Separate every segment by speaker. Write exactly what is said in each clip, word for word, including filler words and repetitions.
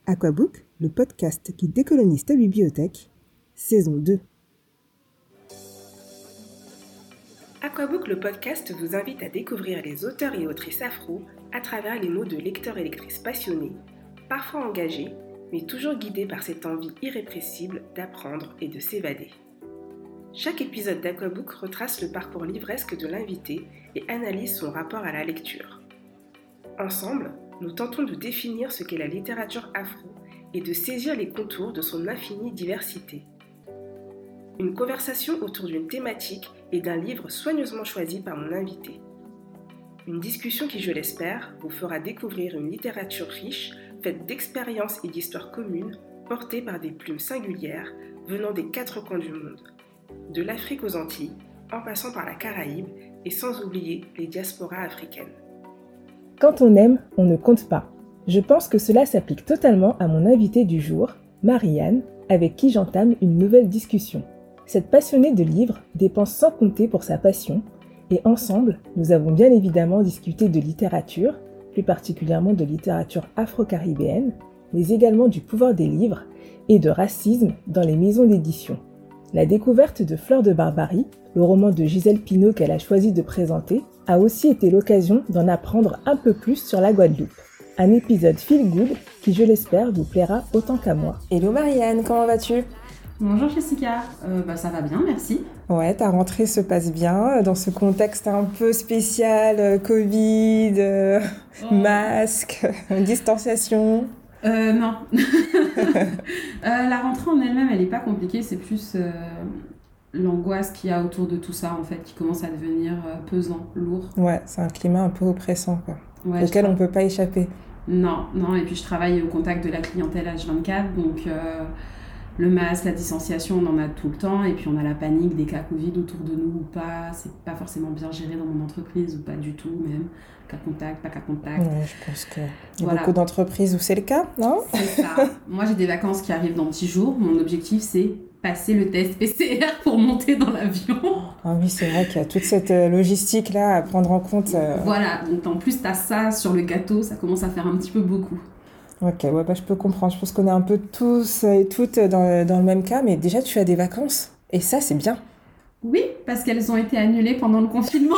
Speaker 1: Aquabook, le podcast qui décolonise ta bibliothèque, saison deux. Aquabook, le podcast, vous invite à découvrir les auteurs et autrices afro à travers les mots de lecteurs et lectrices passionnés, parfois engagés, mais toujours guidés par cette envie irrépressible d'apprendre et de s'évader. Chaque épisode d'Aquabook retrace le parcours livresque de l'invité et analyse son rapport à la lecture. Ensemble, nous tentons de définir ce qu'est la littérature afro et de saisir les contours de son infinie diversité. Une conversation autour d'une thématique et d'un livre soigneusement choisi par mon invité. Une discussion qui, je l'espère, vous fera découvrir une littérature riche, faite d'expériences et d'histoires communes, portées par des plumes singulières venant des quatre coins du monde, de l'Afrique aux Antilles, en passant par la Caraïbe et sans oublier les diasporas africaines. Quand on aime, on ne compte pas. Je pense que cela s'applique totalement à mon invité du jour, Marie-Anne, avec qui j'entame une nouvelle discussion. Cette passionnée de livres dépense sans compter pour sa passion, et ensemble, nous avons bien évidemment discuté de littérature, plus particulièrement de littérature afro-caribéenne, mais également du pouvoir des livres et de racisme dans les maisons d'édition. La découverte de Fleurs de Barbarie, le roman de Gisèle Pineau qu'elle a choisi de présenter, a aussi été l'occasion d'en apprendre un peu plus sur la Guadeloupe. Un épisode feel good qui, je l'espère, vous plaira autant qu'à moi. Hello Marie-Anne, comment vas-tu ?
Speaker 2: Bonjour Jessica, euh, bah, ça va bien, merci.
Speaker 1: Ouais, ta rentrée se passe bien dans ce contexte un peu spécial, euh, Covid, euh, oh. masque, distanciation.
Speaker 2: Euh, non. euh, la rentrée en elle-même, elle n'est pas compliquée, c'est plus euh, l'angoisse qu'il y a autour de tout ça, en fait, qui commence à devenir euh, pesant, lourd.
Speaker 1: Ouais, c'est un climat un peu oppressant, quoi,
Speaker 2: ouais,
Speaker 1: auquel
Speaker 2: tra-
Speaker 1: on ne peut pas échapper.
Speaker 2: Non, non, et puis je travaille au contact de la clientèle H vingt-quatre, donc euh, le masque, la distanciation, on en a tout le temps, et puis on a la panique des cas Covid autour de nous ou pas, c'est pas forcément bien géré dans mon entreprise, ou pas du tout même. Cas contact, pas cas contact.
Speaker 1: Ouais, je pense qu'il y a
Speaker 2: voilà.
Speaker 1: beaucoup d'entreprises où c'est le cas, non ?
Speaker 2: C'est ça. Moi, j'ai des vacances qui arrivent dans dix jours. Mon objectif, c'est passer le test P C R pour monter dans l'avion.
Speaker 1: Ah oui, c'est vrai qu'il y a toute cette logistique-là à prendre en compte. Euh...
Speaker 2: Voilà. Donc, en plus, tu as ça sur le gâteau. Ça commence à faire un petit peu beaucoup.
Speaker 1: Ok, ouais, bah, je peux comprendre. Je pense qu'on est un peu tous et toutes dans, dans le même cas. Mais déjà, tu as des vacances. Et ça, c'est bien.
Speaker 2: Oui, parce qu'elles ont été annulées pendant le confinement.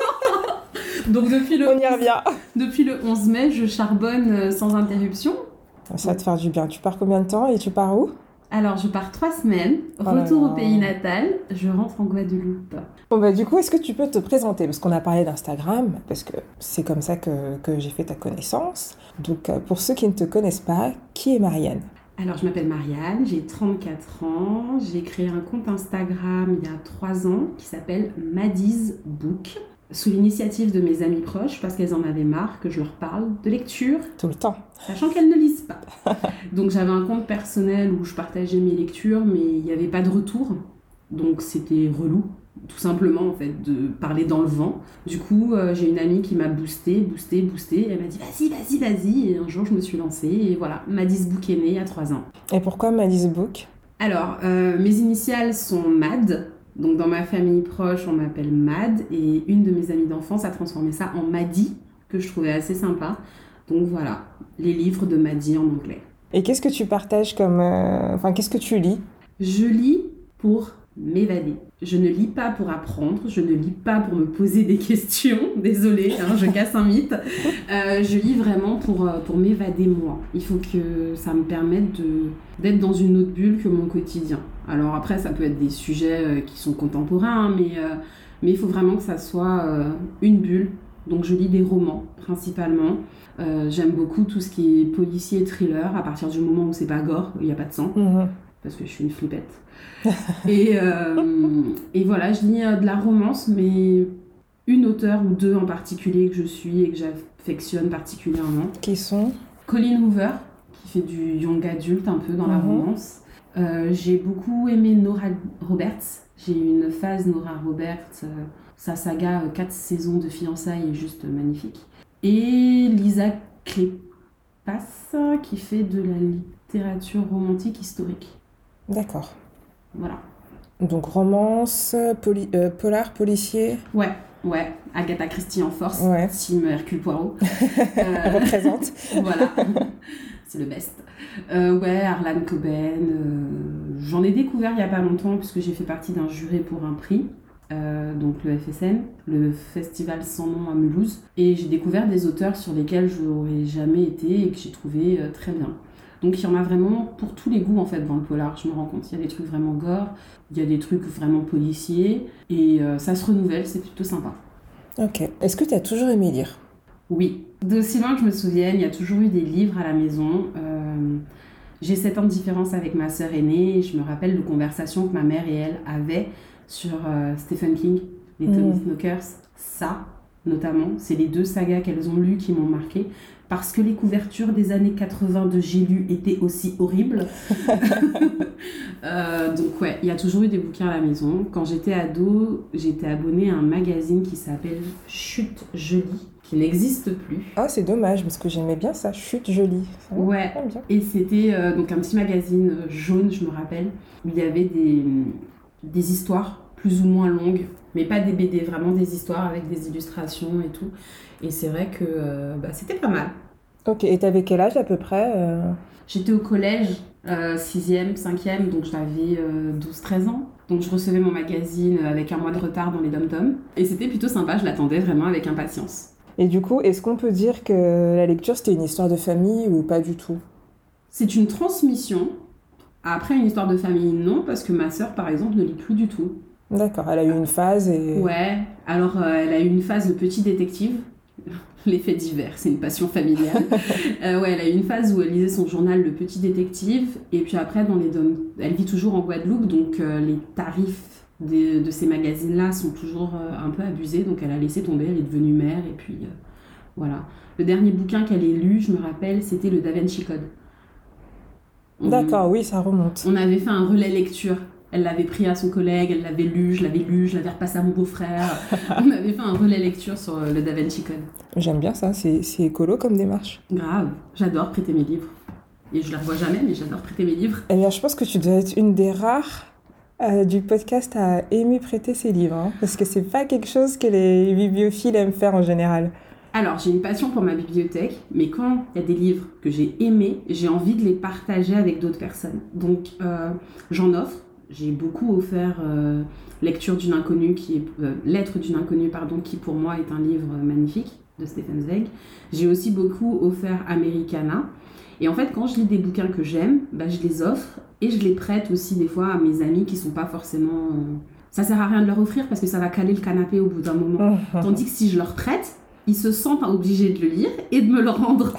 Speaker 2: Donc depuis le,
Speaker 1: On y revient.
Speaker 2: Depuis le onze mai, je charbonne sans interruption.
Speaker 1: Ça va te faire du bien. Tu pars combien de temps et tu pars où ?
Speaker 2: Alors, je pars trois semaines,
Speaker 1: oh
Speaker 2: retour
Speaker 1: là là.
Speaker 2: au pays natal, je rentre en Guadeloupe.
Speaker 1: Bon bah du coup, est-ce que tu peux te présenter ? Parce qu'on a parlé d'Instagram, parce que c'est comme ça que, que j'ai fait ta connaissance. Donc pour ceux qui ne te connaissent pas, qui est Marie-Anne ?
Speaker 2: Alors, je m'appelle Marie-Anne, j'ai trente-quatre ans, j'ai créé un compte Instagram il y a trois ans qui s'appelle Maddie's Book, sous l'initiative de mes amies proches, parce qu'elles en avaient marre que je leur parle de lecture.
Speaker 1: Tout le temps.
Speaker 2: Sachant qu'elles ne lisent pas. Donc j'avais un compte personnel où je partageais mes lectures, mais il n'y avait pas de retour. Donc c'était relou, tout simplement, en fait, de parler dans le vent. Du coup, euh, j'ai une amie qui m'a boosté, boosté, boosté. Elle m'a dit « Vas-y, vas-y, vas-y !» Et un jour, je me suis lancée. Et voilà, Maddie's Book est née il y a trois ans.
Speaker 1: Et pourquoi Maddie's Book ?
Speaker 2: Alors, euh, mes initiales sont Mad. Donc dans ma famille proche, on m'appelle Mad. Et une de mes amies d'enfance a transformé ça en Maddie, que je trouvais assez sympa. Donc voilà, les livres de Maddie en anglais.
Speaker 1: Et qu'est-ce que tu partages comme... Euh... Enfin, qu'est-ce que tu lis ?
Speaker 2: Je lis pour m'évader. Je ne lis pas pour apprendre, je ne lis pas pour me poser des questions. Désolée, hein, je casse un mythe. Euh, je lis vraiment pour, pour m'évader moi. Il faut que ça me permette de, d'être dans une autre bulle que mon quotidien. Alors après, ça peut être des sujets qui sont contemporains, hein, mais, euh, mais il faut vraiment que ça soit euh, une bulle. Donc je lis des romans, principalement. Euh, j'aime beaucoup tout ce qui est policier et thriller, à partir du moment où c'est pas gore, il n'y a pas de sang, mmh. parce que je suis une flippette. et, euh, et voilà, je lis euh, de la romance, mais une auteure ou deux en particulier que je suis et que j'affectionne particulièrement.
Speaker 1: Qui sont ?
Speaker 2: Colleen Hoover, qui fait du young adulte un peu dans mmh. la romance. Euh, j'ai beaucoup aimé Nora Roberts. J'ai eu une phase Nora Roberts, euh, sa saga euh, quatre saisons de fiançailles est juste magnifique. Et Lisa Kleypas, qui fait de la littérature romantique historique.
Speaker 1: D'accord.
Speaker 2: Voilà.
Speaker 1: Donc romance, poli- euh, polar, policier.
Speaker 2: Ouais, ouais. Agatha Christie en force,
Speaker 1: ouais.
Speaker 2: team Hercule Poirot.
Speaker 1: euh, représente.
Speaker 2: Voilà. c'est le best. Euh, ouais, Harlan Coben, euh, j'en ai découvert il n'y a pas longtemps puisque j'ai fait partie d'un jury pour un prix, euh, donc le F S M, le Festival sans nom à Mulhouse, et j'ai découvert des auteurs sur lesquels je n'aurais jamais été et que j'ai trouvé euh, très bien. Donc il y en a vraiment pour tous les goûts en fait dans le polar, je me rends compte. Il y a des trucs vraiment gore, il y a des trucs vraiment policiers, et euh, ça se renouvelle, c'est plutôt sympa.
Speaker 3: Ok. Est-ce que tu as toujours aimé lire ?
Speaker 2: Oui. D'aussi loin que je me souvienne, il y a toujours eu des livres à la maison. Euh, j'ai sept ans de différence avec ma sœur aînée, et je me rappelle de conversations que ma mère et elle avaient sur euh, Stephen King, les Tommy mmh. Knockers. Ça, notamment, c'est les deux sagas qu'elles ont lues qui m'ont marquée. Parce que les couvertures des années quatre-vingts de J'ai lu étaient aussi horribles. euh, donc ouais, il y a toujours eu des bouquins à la maison. Quand j'étais ado, j'étais abonnée à un magazine qui s'appelle Chut, je lis, qui n'existe plus.
Speaker 3: Ah, c'est dommage, parce que j'aimais bien ça, Chut, je lis. Ça,
Speaker 2: ouais, et c'était euh, donc un petit magazine jaune, je me rappelle, où il y avait des, des histoires plus ou moins longues, mais pas des B D, vraiment des histoires avec des illustrations et tout. Et c'est vrai que euh, bah, c'était pas mal.
Speaker 3: Ok, et t'avais quel âge à peu près euh...
Speaker 2: J'étais au collège, euh, sixième, cinquième, donc j'avais euh, douze treize ans. Donc je recevais mon magazine avec un mois de retard dans les dom-toms. Et c'était plutôt sympa, je l'attendais vraiment avec impatience.
Speaker 3: Et du coup, est-ce qu'on peut dire que la lecture, c'était une histoire de famille ou pas du tout ?
Speaker 2: C'est une transmission. Après, une histoire de famille, non, parce que ma sœur, par exemple, ne lit plus du tout.
Speaker 3: D'accord, elle a eu une phase et...
Speaker 2: Ouais, alors euh, elle a eu une phase de petit détective. Les faits divers, c'est une passion familiale. euh, ouais, elle a eu une phase où elle lisait son journal Le Petit Détective, et puis après, dans les dom... elle vit toujours en Guadeloupe, donc euh, les tarifs de, de ces magazines-là sont toujours euh, un peu abusés, donc elle a laissé tomber, elle est devenue mère, et puis euh, voilà. Le dernier bouquin qu'elle ait lu, je me rappelle, c'était le Da Vinci Code. On...
Speaker 3: D'accord, oui, ça remonte.
Speaker 2: On avait fait un relais lecture. Elle l'avait pris à son collègue, elle l'avait lu, je l'avais lu, je l'avais repassé à mon beau-frère. On avait fait un relais lecture sur le Da Vinci Code.
Speaker 3: J'aime bien ça, c'est, c'est écolo comme démarche.
Speaker 2: Grave, j'adore prêter mes livres. Et je ne les revois jamais, mais j'adore prêter mes livres.
Speaker 3: Eh bien, je pense que tu dois être une des rares euh, du podcast à aimer prêter ses livres. Hein, parce que c'est pas quelque chose que les bibliophiles aiment faire en général.
Speaker 2: Alors, j'ai une passion pour ma bibliothèque, mais quand il y a des livres que j'ai aimés, j'ai envie de les partager avec d'autres personnes. Donc, euh, j'en offre. J'ai beaucoup offert euh, Lecture d'une inconnue, qui est, euh, Lettre d'une inconnue, pardon, qui pour moi est un livre magnifique de Stefan Zweig. J'ai aussi beaucoup offert Americana. Et en fait, quand je lis des bouquins que j'aime, bah, je les offre et je les prête aussi des fois à mes amis qui sont pas forcément... Euh... Ça sert à rien de leur offrir parce que ça va caler le canapé au bout d'un moment. Tandis que si je leur prête, ils se sentent obligés de le lire et de me le rendre.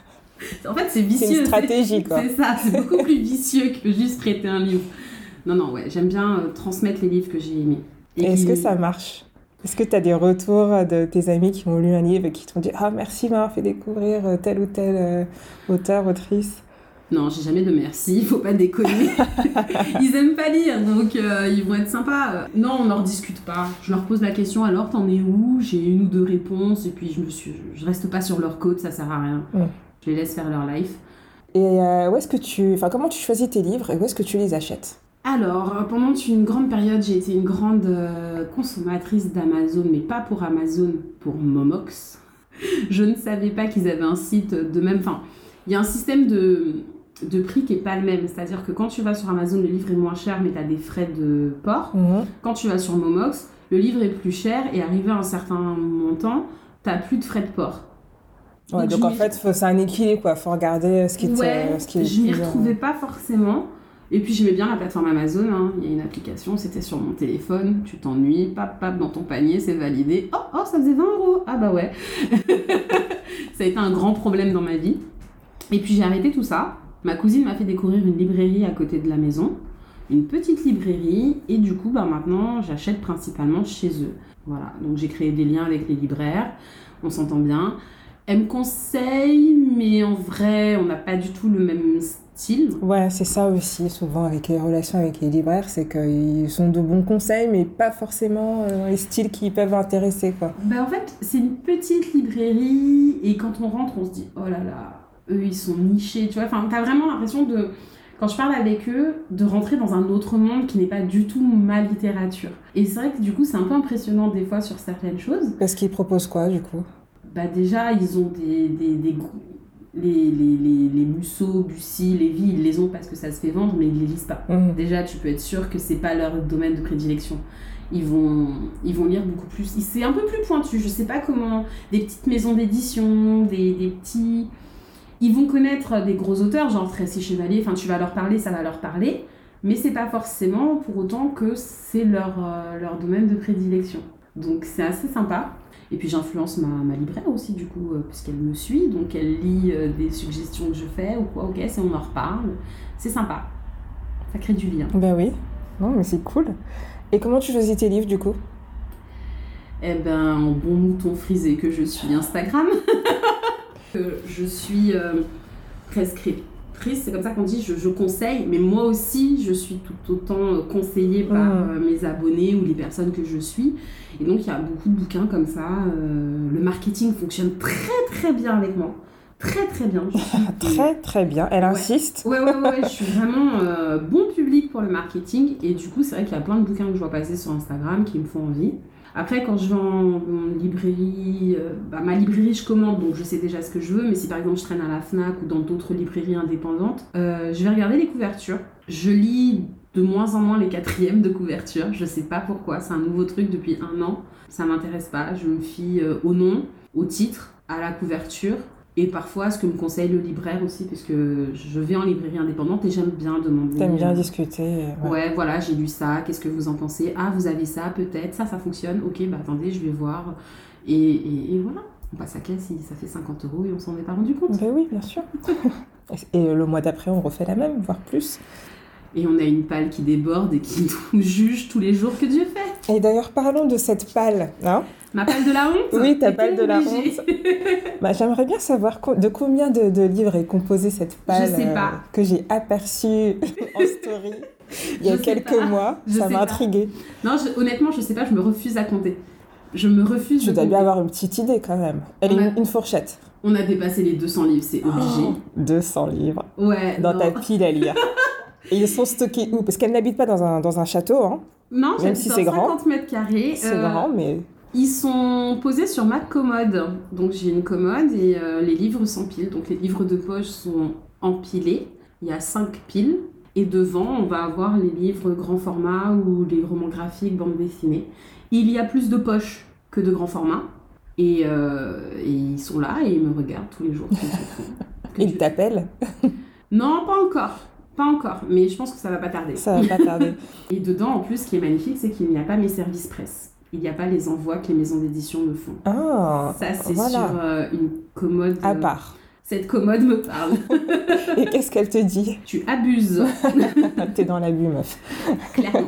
Speaker 2: En fait, c'est vicieux.
Speaker 3: C'est une stratégie,
Speaker 2: c'est,
Speaker 3: quoi.
Speaker 2: C'est ça, c'est beaucoup plus vicieux que juste prêter un livre. Non, non, ouais, j'aime bien euh, transmettre les livres que j'ai aimés.
Speaker 3: Et est-ce qui... que ça marche ? Est-ce que tu as des retours de tes amis qui ont lu un livre et qui t'ont dit « Ah, merci de m'avoir fait découvrir tel ou tel euh, auteur, autrice ?»
Speaker 2: Non, j'ai jamais de merci, il faut pas déconner. Ils aiment pas lire, donc euh, ils vont être sympas. Non, on leur discute pas. Je leur pose la question, alors t'en es où ? J'ai une ou deux réponses, et puis je me suis, je reste pas sur leur côte, ça sert à rien. Mm. Je les laisse faire leur life.
Speaker 3: Et euh, où est-ce que tu, enfin, comment tu choisis tes livres et où est-ce que tu les achètes ?
Speaker 2: Alors, pendant une grande période, j'ai été une grande euh, consommatrice d'Amazon, mais pas pour Amazon, pour Momox. Je ne savais pas qu'ils avaient un site de même... Enfin, il y a un système de, de prix qui n'est pas le même. C'est-à-dire que quand tu vas sur Amazon, le livre est moins cher, mais tu as des frais de port. Mmh. Quand tu vas sur Momox, le livre est plus cher et arrivé à un certain montant, tu n'as plus de frais de port.
Speaker 3: Ouais, donc, donc en fait, faut, c'est un équilibre, quoi. Faut regarder ce qui te...
Speaker 2: Ouais,
Speaker 3: ce qui est
Speaker 2: je ne m'y retrouvais pas forcément. Et puis j'aimais bien la plateforme Amazon, hein. Il y a une application, c'était sur mon téléphone, tu t'ennuies, pap, pap, dans ton panier, c'est validé. Oh, oh, ça faisait vingt euros. Ah bah ouais. Ça a été un grand problème dans ma vie. Et puis j'ai arrêté tout ça. Ma cousine m'a fait découvrir une librairie à côté de la maison, une petite librairie, et du coup, bah maintenant, j'achète principalement chez eux. Voilà, donc j'ai créé des liens avec les libraires, on s'entend bien. Elle me conseille, mais en vrai, on n'a pas du tout le même style.
Speaker 3: Ouais, c'est ça aussi, souvent, avec les relations avec les libraires, c'est qu'ils sont de bons conseils, mais pas forcément euh, les styles qui peuvent intéresser, quoi.
Speaker 2: Bah, en fait, c'est une petite librairie, et quand on rentre, on se dit, oh là là, eux, ils sont nichés, tu vois. Enfin, t'as vraiment l'impression de, quand je parle avec eux, de rentrer dans un autre monde qui n'est pas du tout ma littérature. Et c'est vrai que du coup, c'est un peu impressionnant des fois sur certaines choses.
Speaker 3: Parce qu'ils proposent quoi, du coup ?
Speaker 2: Bah déjà, ils ont des, des, des, Les, les, les, les Musso, Bussy, Lévy, ils les ont parce que ça se fait vendre, mais ils les lisent pas.
Speaker 3: Mmh.
Speaker 2: Déjà, tu peux être sûr que c'est pas leur domaine de prédilection. Ils vont, ils vont lire beaucoup plus. C'est un peu plus pointu. Je sais pas comment. Des petites maisons d'édition, des, des petits. Ils vont connaître des gros auteurs, genre Tracy Chevalier. Enfin, tu vas leur parler, ça va leur parler. Mais c'est pas forcément pour autant que c'est leur, euh, leur domaine de prédilection. Donc, c'est assez sympa. Et puis j'influence ma, ma libraire aussi du coup, euh, puisqu'elle me suit, donc elle lit euh, des suggestions que je fais ou quoi, ok, c'est, on en reparle. C'est sympa, ça crée du lien.
Speaker 3: Ben oui, non mais c'est cool. Et comment tu choisis tes livres du coup?
Speaker 2: Eh ben, en bon mouton frisé que je suis, Instagram. Je suis euh, prescriptrice, c'est comme ça qu'on dit, je, je conseille, mais moi aussi je suis tout autant conseillée par
Speaker 3: Mmh.
Speaker 2: euh, mes abonnés ou les personnes que je suis. Et donc il y a beaucoup de bouquins comme ça. Euh, le marketing fonctionne très très bien avec moi. Très très bien. Je suis
Speaker 3: Très très bien, elle
Speaker 2: Ouais.
Speaker 3: insiste.
Speaker 2: Ouais, ouais, ouais, ouais, je suis vraiment euh, bon public pour le marketing. Et du coup, c'est vrai qu'il y a plein de bouquins que je vois passer sur Instagram qui me font envie. Après, quand je vais en, en librairie, euh, bah, ma librairie, je commande, donc je sais déjà ce que je veux. Mais si par exemple je traîne à la Fnac ou dans d'autres librairies indépendantes, euh, je vais regarder les couvertures. Je lis de moins en moins les quatrièmes de couverture. Je sais pas pourquoi, c'est un nouveau truc depuis un an. Ça m'intéresse pas. Je me fie euh, au nom, au titre, à la couverture. Et parfois, ce que me conseille le libraire aussi, parce que je vais en librairie indépendante et j'aime bien demander.
Speaker 3: T'aimes bien
Speaker 2: euh,
Speaker 3: discuter. Ouais.
Speaker 2: Ouais, voilà, j'ai lu ça, qu'est-ce que vous en pensez? Ah, vous avez ça, peut-être, ça, ça fonctionne, ok, bah attendez, je vais voir. Et, et, et voilà, on passe à caisse, ça fait cinquante euros et on s'en est pas rendu compte.
Speaker 3: Ben oui, bien sûr. Et le mois d'après, on refait la même, voire plus.
Speaker 2: Et on a une palle qui déborde et qui nous juge tous les jours que Dieu fait.
Speaker 3: Et d'ailleurs, parlons de cette palle. Hein?
Speaker 2: Ma palle de la honte?
Speaker 3: Oui, ta
Speaker 2: T'étais
Speaker 3: palle de la
Speaker 2: obligée.
Speaker 3: Bah, j'aimerais bien savoir co- de combien de, de livres est composée cette palle
Speaker 2: Je sais pas.
Speaker 3: euh, que j'ai aperçue en story il y a
Speaker 2: Je sais
Speaker 3: quelques
Speaker 2: pas.
Speaker 3: mois.
Speaker 2: Je
Speaker 3: Ça
Speaker 2: sais
Speaker 3: m'a
Speaker 2: pas.
Speaker 3: intriguée.
Speaker 2: Non, je- honnêtement, je sais pas, je me refuse à compter. Je me refuse
Speaker 3: Tu
Speaker 2: de
Speaker 3: dois
Speaker 2: compter.
Speaker 3: bien avoir une petite idée quand même. Elle est
Speaker 2: On a-
Speaker 3: une, une fourchette.
Speaker 2: On a dépassé les deux cents livres, c'est obligé.
Speaker 3: Oh, deux cents livres
Speaker 2: Ouais.
Speaker 3: dans
Speaker 2: non.
Speaker 3: ta pile à lire. Et ils sont stockés où? Parce qu'elle n'habite pas dans un, dans un château. Hein.
Speaker 2: Non,
Speaker 3: Même
Speaker 2: j'habite
Speaker 3: si
Speaker 2: dans
Speaker 3: c'est grand.
Speaker 2: cinquante mètres carrés.
Speaker 3: C'est
Speaker 2: Euh,
Speaker 3: grand, mais
Speaker 2: Ils sont posés sur ma commode. Donc j'ai une commode et euh, les livres s'empilent. Donc les livres de poche sont empilés. Il y a cinq piles. Et devant, on va avoir les livres grand format ou les romans graphiques, bande dessinée. Il y a plus de poches que de grand format. Et, euh, et ils sont là et ils me regardent tous les jours. Que Dieu fait. Que
Speaker 3: ils
Speaker 2: Dieu fait.
Speaker 3: t'appellent.
Speaker 2: Non, pas encore. Pas encore. Mais je pense que ça va pas tarder.
Speaker 3: Ça va pas tarder.
Speaker 2: Et dedans, en plus, ce qui est magnifique, c'est qu'il n'y a pas mes services presse. Il n'y a pas les envois que les maisons d'édition me font.
Speaker 3: Ah,
Speaker 2: Ça, c'est
Speaker 3: voilà.
Speaker 2: sur euh, une commode.
Speaker 3: À
Speaker 2: euh,
Speaker 3: part.
Speaker 2: Cette commode me parle.
Speaker 3: Et qu'est-ce qu'elle te dit?
Speaker 2: Tu abuses,
Speaker 3: T'es dans l'abus, meuf.
Speaker 2: clairement.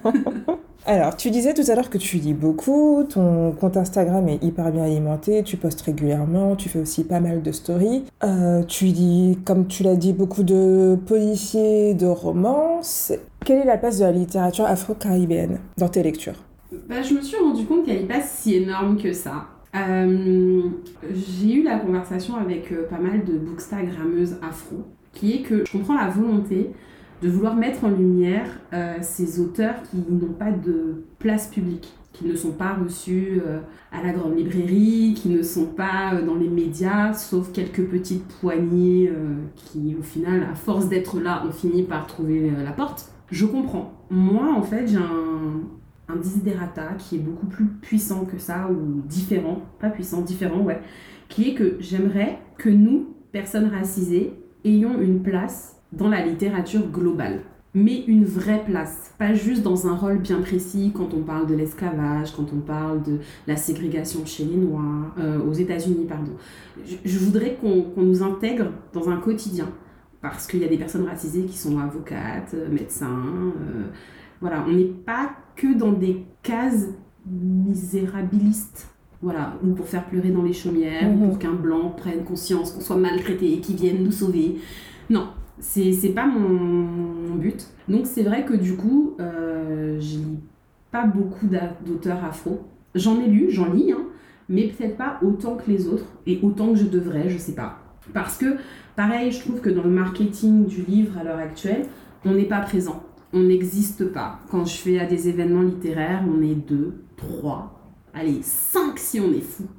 Speaker 3: Alors, tu disais tout à l'heure que tu lis beaucoup, ton compte Instagram est hyper bien alimenté, tu postes régulièrement, tu fais aussi pas mal de stories. Euh, tu lis, comme tu l'as dit, beaucoup de policiers, de romances. Quelle est la place de la littérature afro-caribéenne dans tes lectures?
Speaker 2: Bah, je me suis rendu compte qu'elle n'est pas si énorme que ça. Euh, j'ai eu la conversation avec euh, pas mal de bookstagrammeuses afro, qui est que je comprends la volonté de vouloir mettre en lumière euh, ces auteurs qui n'ont pas de place publique, qui ne sont pas reçus euh, à la grande librairie, qui ne sont pas euh, dans les médias, sauf quelques petites poignées euh, qui, au final, à force d'être là, ont fini par trouver euh, la porte. Je comprends. Moi, en fait, j'ai un... un desiderata qui est beaucoup plus puissant que ça, ou différent, pas puissant, différent, ouais, qui est que j'aimerais que nous, personnes racisées, ayons une place dans la littérature globale. Mais une vraie place, pas juste dans un rôle bien précis quand on parle de l'esclavage, quand on parle de la ségrégation chez les Noirs, euh, aux États-Unis, pardon. Je, je voudrais qu'on, qu'on nous intègre dans un quotidien, parce qu'il y a des personnes racisées qui sont avocates, médecins, euh, voilà, on n'est pas que dans des cases misérabilistes, voilà, ou pour faire pleurer dans les chaumières,
Speaker 3: Mmh.
Speaker 2: ou pour qu'un blanc prenne conscience qu'on soit maltraité et qu'il vienne nous sauver. Non, c'est, c'est pas mon, mon but. Donc c'est vrai que du coup, euh, je lis pas beaucoup d'a- d'auteurs afro. J'en ai lu, j'en lis, hein, mais peut-être pas autant que les autres, et autant que je devrais, je sais pas. Parce que, pareil, je trouve que dans le marketing du livre à l'heure actuelle, on n'est pas présent. On n'existe pas. Quand je fais à des événements littéraires, on est deux, trois, allez, cinq si on est fou.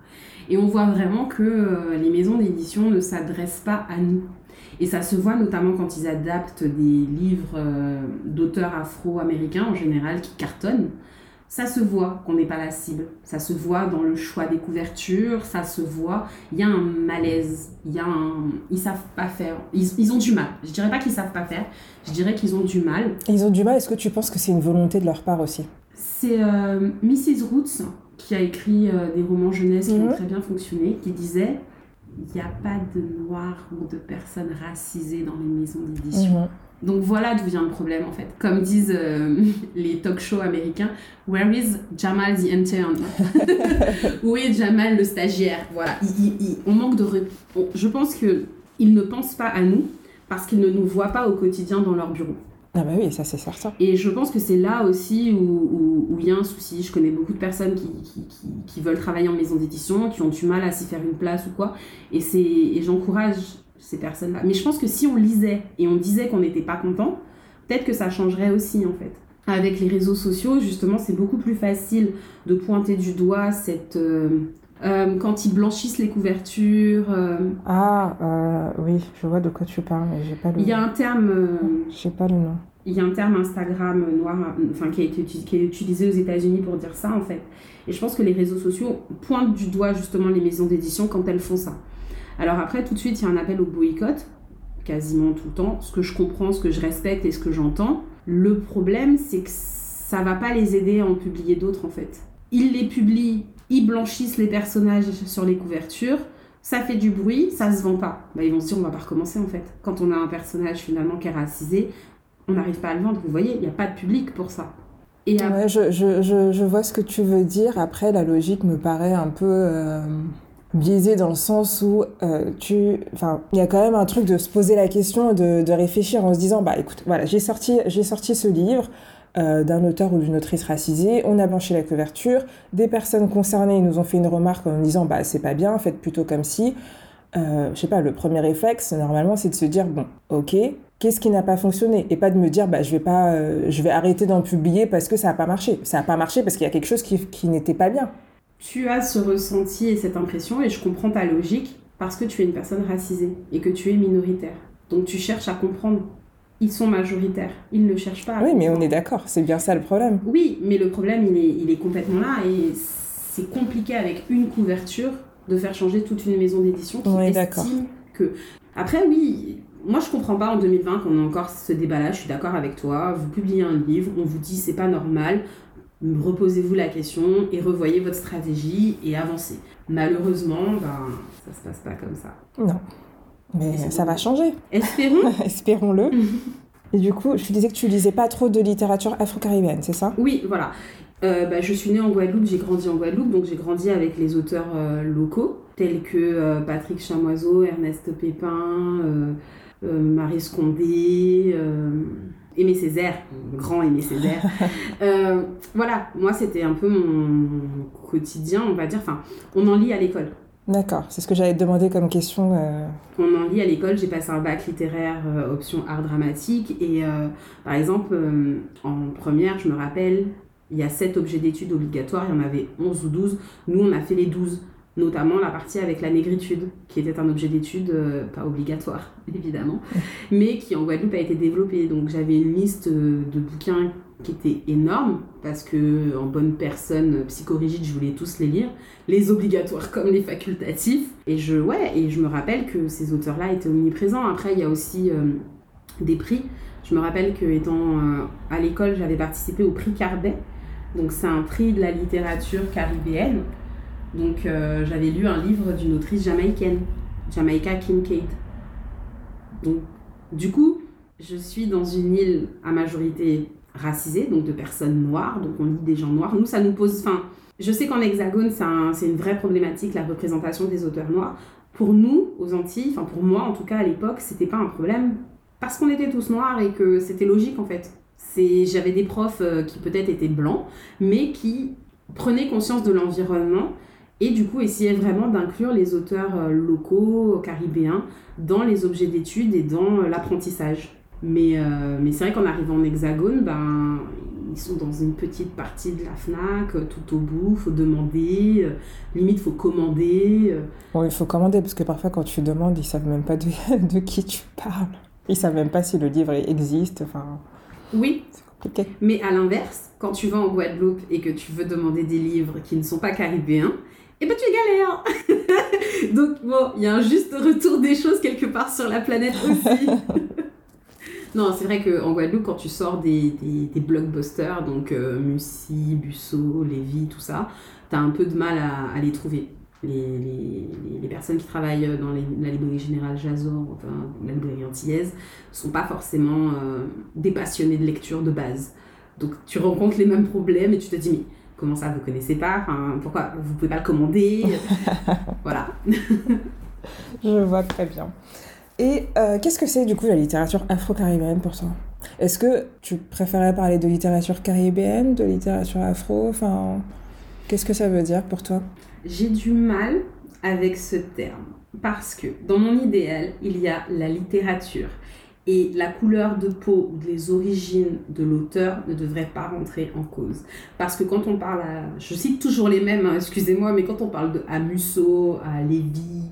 Speaker 2: Et on voit vraiment que euh, les maisons d'édition ne s'adressent pas à nous. Et ça se voit notamment quand ils adaptent des livres euh, d'auteurs afro-américains en général qui cartonnent. Ça se voit qu'on n'est pas la cible. Ça se voit dans le choix des couvertures, ça se voit. Il y a un malaise, il y a un... ils savent pas faire. Ils, ils ont du mal. Je dirais pas qu'ils savent pas faire, je dirais qu'ils ont du mal.
Speaker 3: Ils ont du mal, est-ce que tu penses que c'est une volonté de leur part aussi ?
Speaker 2: C'est euh, missus Roots qui a écrit euh, des romans jeunesse qui
Speaker 3: mmh.
Speaker 2: ont très bien fonctionné, qui disait il n'y a pas de noirs ou de personnes racisées dans les maisons d'édition. Mmh. Donc voilà d'où vient le problème en fait. Comme disent euh, les talk-shows américains, where is Jamal the intern? Où est Jamal le stagiaire? Voilà, il, il, il, on manque de... Rep... On, je pense qu'ils ne pensent pas à nous parce qu'ils ne nous voient pas au quotidien dans leur bureau.
Speaker 3: Ah bah oui, ça c'est certain.
Speaker 2: Et je pense que c'est là aussi où où, où il y a un souci. Je connais beaucoup de personnes qui, qui, qui, qui veulent travailler en maison d'édition, qui ont du mal à s'y faire une place ou quoi. Et, c'est, et j'encourage ces personnes-là. Mais je pense que si on lisait et on disait qu'on n'était pas content, peut-être que ça changerait aussi en fait. Avec les réseaux sociaux, justement, c'est beaucoup plus facile de pointer du doigt cette... Euh, Euh, quand ils blanchissent les couvertures. Euh...
Speaker 3: Ah, euh, oui, je vois de quoi tu parles, mais j'ai pas le nom.
Speaker 2: Il y a un terme. Euh...
Speaker 3: J'ai pas le nom.
Speaker 2: Il y a un terme Instagram noir, enfin qui a été qui est utilisé aux États-Unis pour dire ça en fait. Et je pense que les réseaux sociaux pointent du doigt justement les maisons d'édition quand elles font ça. Alors après, tout de suite, il y a un appel au boycott, quasiment tout le temps. Ce que je comprends, ce que je respecte et ce que j'entends. Le problème, c'est que ça va pas les aider à en publier d'autres en fait. Ils les publient. Ils blanchissent les personnages sur les couvertures, ça fait du bruit, ça se vend pas. Bah, ils vont se dire on va pas recommencer en fait. Quand on a un personnage finalement qui est racisé, on n'arrive pas à le vendre. Vous voyez, il n'y a pas de public pour ça.
Speaker 3: Et après... ouais, je, je, je, je vois ce que tu veux dire. Après, la logique me paraît un peu euh, biaisée dans le sens où euh, tu... Enfin, il y a quand même un truc de se poser la question, de, de réfléchir en se disant bah écoute, voilà, j'ai sorti, j'ai sorti ce livre. Euh, d'un auteur ou d'une autrice racisée, on a blanchi la couverture, des personnes concernées nous ont fait une remarque en disant bah c'est pas bien, faites plutôt comme si. Euh, je sais pas, le premier réflexe normalement c'est de se dire bon ok, qu'est-ce qui n'a pas fonctionné et pas de me dire bah je vais pas, euh, je vais arrêter d'en publier parce que ça a pas marché. Ça a pas marché parce qu'il y a quelque chose qui, qui n'était pas bien.
Speaker 2: Tu as ce ressenti et cette impression et je comprends ta logique parce que tu es une personne racisée et que tu es minoritaire. Donc tu cherches à comprendre. Ils sont majoritaires, ils ne cherchent pas à...
Speaker 3: Oui, mais on est d'accord, c'est bien ça le problème.
Speaker 2: Oui, mais le problème, il est, il est complètement là et c'est compliqué avec une couverture de faire changer toute une maison d'édition qui
Speaker 3: oui,
Speaker 2: estime
Speaker 3: d'accord.
Speaker 2: que... Après, oui, moi je comprends pas en deux mille vingt qu'on a encore ce débat-là, je suis d'accord avec toi, vous publiez un livre, on vous dit c'est pas normal, reposez-vous la question et revoyez votre stratégie et avancez. Malheureusement, ben, ça se passe pas comme ça.
Speaker 3: Non. Mais ça va changer.
Speaker 2: Espérons.
Speaker 3: Espérons-le. Et du coup, je te disais que tu lisais pas trop de littérature afro-caribéenne, c'est ça ?
Speaker 2: Oui, voilà. Euh, bah, je suis née en Guadeloupe, j'ai grandi en Guadeloupe, donc j'ai grandi avec les auteurs euh, locaux, tels que euh, Patrick Chamoiseau, Ernest Pépin, euh, euh, Marie Scondé, euh, Aimé Césaire, grand Aimé Césaire. euh, voilà, moi c'était un peu mon quotidien, on va dire. Enfin, on en lit à l'école.
Speaker 3: D'accord, c'est ce que j'allais te demander comme question. Euh...
Speaker 2: On en lit à l'école, j'ai passé un bac littéraire euh, option art dramatique et euh, par exemple euh, en première, je me rappelle, il y a sept objets d'études obligatoires, il y en avait onze ou douze. Nous, on a fait les douze, notamment la partie avec la négritude, qui était un objet d'études euh, pas obligatoire, évidemment, mais qui en Guadeloupe a été développé. Donc j'avais une liste de bouquins qui était énorme, parce que en bonne personne psychorigide, je voulais tous les lire, les obligatoires comme les facultatifs. Et je, ouais, et je me rappelle que ces auteurs-là étaient omniprésents. Après, il y a aussi euh, des prix. Je me rappelle qu'étant euh, à l'école, j'avais participé au prix Carbet. Donc c'est un prix de la littérature caribéenne. Donc euh, j'avais lu un livre d'une autrice jamaïcaine, Jamaica Kincaid. Donc du coup, je suis dans une île à majorité racisés, donc de personnes noires, donc on lit des gens noirs. Nous, ça nous pose... Enfin, je sais qu'en Hexagone, c'est, un, c'est une vraie problématique, la représentation des auteurs noirs. Pour nous, aux Antilles, enfin pour moi en tout cas à l'époque, c'était pas un problème, parce qu'on était tous noirs et que c'était logique en fait. C'est, j'avais des profs euh, qui peut-être étaient blancs, mais qui prenaient conscience de l'environnement et du coup essayaient vraiment d'inclure les auteurs euh, locaux, caribéens, dans les objets d'études et dans euh, l'apprentissage. Mais, euh, mais c'est vrai qu'en arrivant en Hexagone, ben, ils sont dans une petite partie de la Fnac, tout au bout, faut demander, euh, limite faut commander. Euh.
Speaker 3: Bon, il faut commander parce que parfois quand tu demandes, ils savent même pas de, de qui tu parles. Ils savent même pas si le livre existe, enfin...
Speaker 2: Oui,
Speaker 3: c'est compliqué.
Speaker 2: Mais à l'inverse, quand tu vas en Guadeloupe et que tu veux demander des livres qui ne sont pas caribéens, eh ben tu galères. Donc bon, il y a un juste retour des choses quelque part sur la planète aussi. Non, c'est vrai qu'en Guadeloupe, quand tu sors des, des, des blockbusters, donc euh, Mussy, Busso, Lévis, tout ça, t'as un peu de mal à, à les trouver. Les, les, les personnes qui travaillent dans les, la librairie générale Jazor, enfin la librairie antillaise, sont pas forcément euh, des passionnés de lecture de base. Donc tu rencontres les mêmes problèmes et tu te dis, mais comment ça, vous connaissez pas, enfin, pourquoi vous pouvez pas le commander? Voilà.
Speaker 3: Je vois très bien. Et euh, qu'est-ce que c'est du coup la littérature afro-caribéenne pour toi? Est-ce que tu préférais parler de littérature caribéenne, de littérature afro? Enfin, qu'est-ce que ça veut dire pour toi?
Speaker 2: J'ai du mal avec ce terme parce que dans mon idéal, il y a la littérature et la couleur de peau ou les origines de l'auteur ne devraient pas rentrer en cause. Parce que quand on parle à... Je cite toujours les mêmes, hein, excusez-moi, mais quand on parle de, à Musso, à Lévis,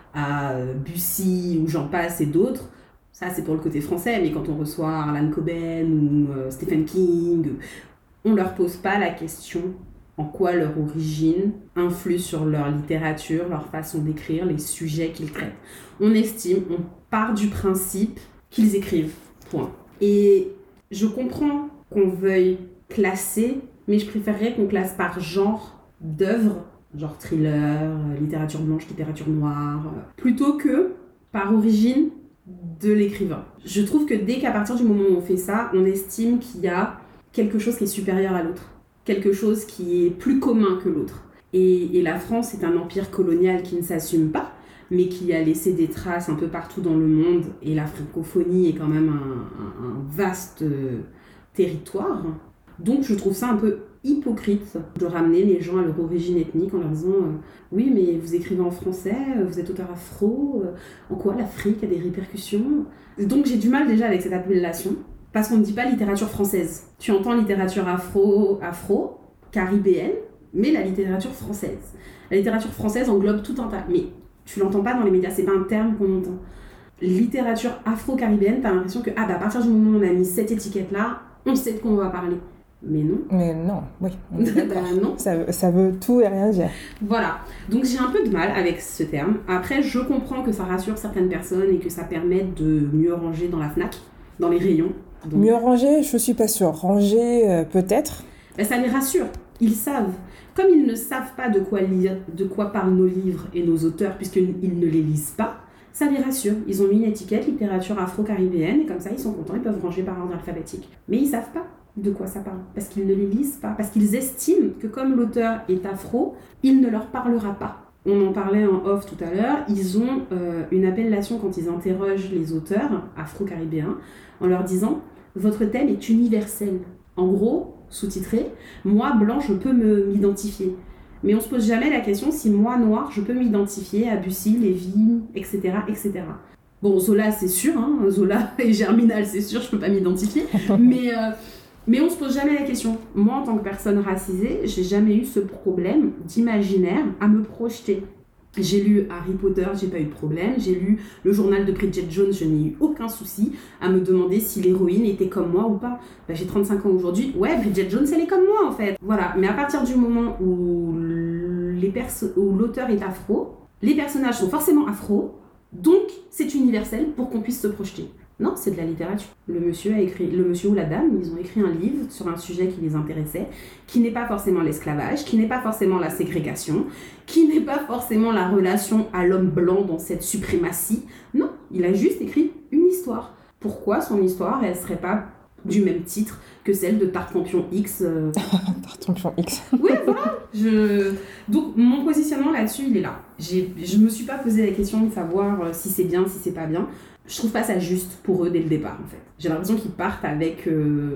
Speaker 2: à Bussy ou j'en passe et d'autres, ça c'est pour le côté français, mais quand on reçoit Harlan Coben ou euh, Stephen King, on leur pose pas la question en quoi leur origine influe sur leur littérature, leur façon d'écrire, les sujets qu'ils traitent. On estime, on part du principe qu'ils écrivent, point. Et je comprends qu'on veuille classer, mais je préférerais qu'on classe par genre d'œuvre, genre thriller, littérature blanche, littérature noire, plutôt que par origine de l'écrivain. Je trouve que dès qu'à partir du moment où on fait ça, on estime qu'il y a quelque chose qui est supérieur à l'autre, quelque chose qui est plus commun que l'autre. Et, et la France est un empire colonial qui ne s'assume pas, mais qui a laissé des traces un peu partout dans le monde, et la francophonie est quand même un, un, un vaste territoire. Donc je trouve ça un peu hypocrite de ramener les gens à leur origine ethnique en leur disant euh, oui mais vous écrivez en français, vous êtes auteur afro, euh, en quoi l'Afrique a des répercussions. Donc j'ai du mal déjà avec cette appellation parce qu'on ne dit pas littérature française. Tu entends littérature afro, afro, caribéenne, mais la littérature française. La littérature française englobe tout un tas, mais tu l'entends pas dans les médias, c'est pas un terme qu'on entend. Littérature afro-caribéenne, t'as l'impression que ah bah à partir du moment où on a mis cette étiquette là, on sait de quoi on va parler. Mais non.
Speaker 3: Mais non, oui.
Speaker 2: bah non.
Speaker 3: Ça, ça veut tout et rien dire.
Speaker 2: Voilà. Donc j'ai un peu de mal avec ce terme. Après, je comprends que ça rassure certaines personnes et que ça permet de mieux ranger dans la Fnac, dans les rayons. Donc...
Speaker 3: Mieux ranger, je suis pas sûre. Ranger, euh, peut-être.
Speaker 2: Ben, ça les rassure. Ils savent. Comme ils ne savent pas de quoi lire, de quoi parlent nos livres et nos auteurs, puisqu'ils ne les lisent pas, ça les rassure. Ils ont mis une étiquette littérature afro-caribéenne et comme ça, ils sont contents, ils peuvent ranger par ordre alphabétique. Mais ils savent pas de quoi ça parle, parce qu'ils ne les lisent pas, parce qu'ils estiment que comme l'auteur est afro, il ne leur parlera pas. On en parlait en off tout à l'heure, ils ont euh, une appellation quand ils interrogent les auteurs afro-caribéens en leur disant « Votre thème est universel ». En gros, sous-titré, « Moi, blanc, je peux me, m'identifier ». Mais on se pose jamais la question si moi, noir, je peux m'identifier à Bussy, Lévy, et cetera, et cetera. Bon, Zola, c'est sûr, hein, Zola et Germinal, c'est sûr, je peux pas m'identifier, mais... Euh, Mais on se pose jamais la question. Moi, en tant que personne racisée, j'ai jamais eu ce problème d'imaginaire à me projeter. J'ai lu Harry Potter, j'ai pas eu de problème. J'ai lu le journal de Bridget Jones, je n'ai eu aucun souci à me demander si l'héroïne était comme moi ou pas. Bah, j'ai trente-cinq ans aujourd'hui. Ouais, Bridget Jones, elle est comme moi, en fait. Voilà. Mais à partir du moment où, les perso- où l'auteur est afro, les personnages sont forcément afro, donc c'est universel pour qu'on puisse se projeter. Non, c'est de la littérature. Le monsieur a écrit, le monsieur ou la dame, ils ont écrit un livre sur un sujet qui les intéressait, qui n'est pas forcément l'esclavage, qui n'est pas forcément la ségrégation, qui n'est pas forcément la relation à l'homme blanc dans cette suprématie. Non, il a juste écrit une histoire. Pourquoi son histoire, elle serait pas du même titre que celle de Tartampion X euh...
Speaker 3: Tartampion X.
Speaker 2: Oui, voilà. Je... Donc, mon positionnement là-dessus, il est là. J'ai... Je me suis pas posé la question de savoir si c'est bien, si c'est pas bien. Je trouve pas ça juste pour eux dès le départ, en fait. J'ai l'impression qu'ils partent avec euh,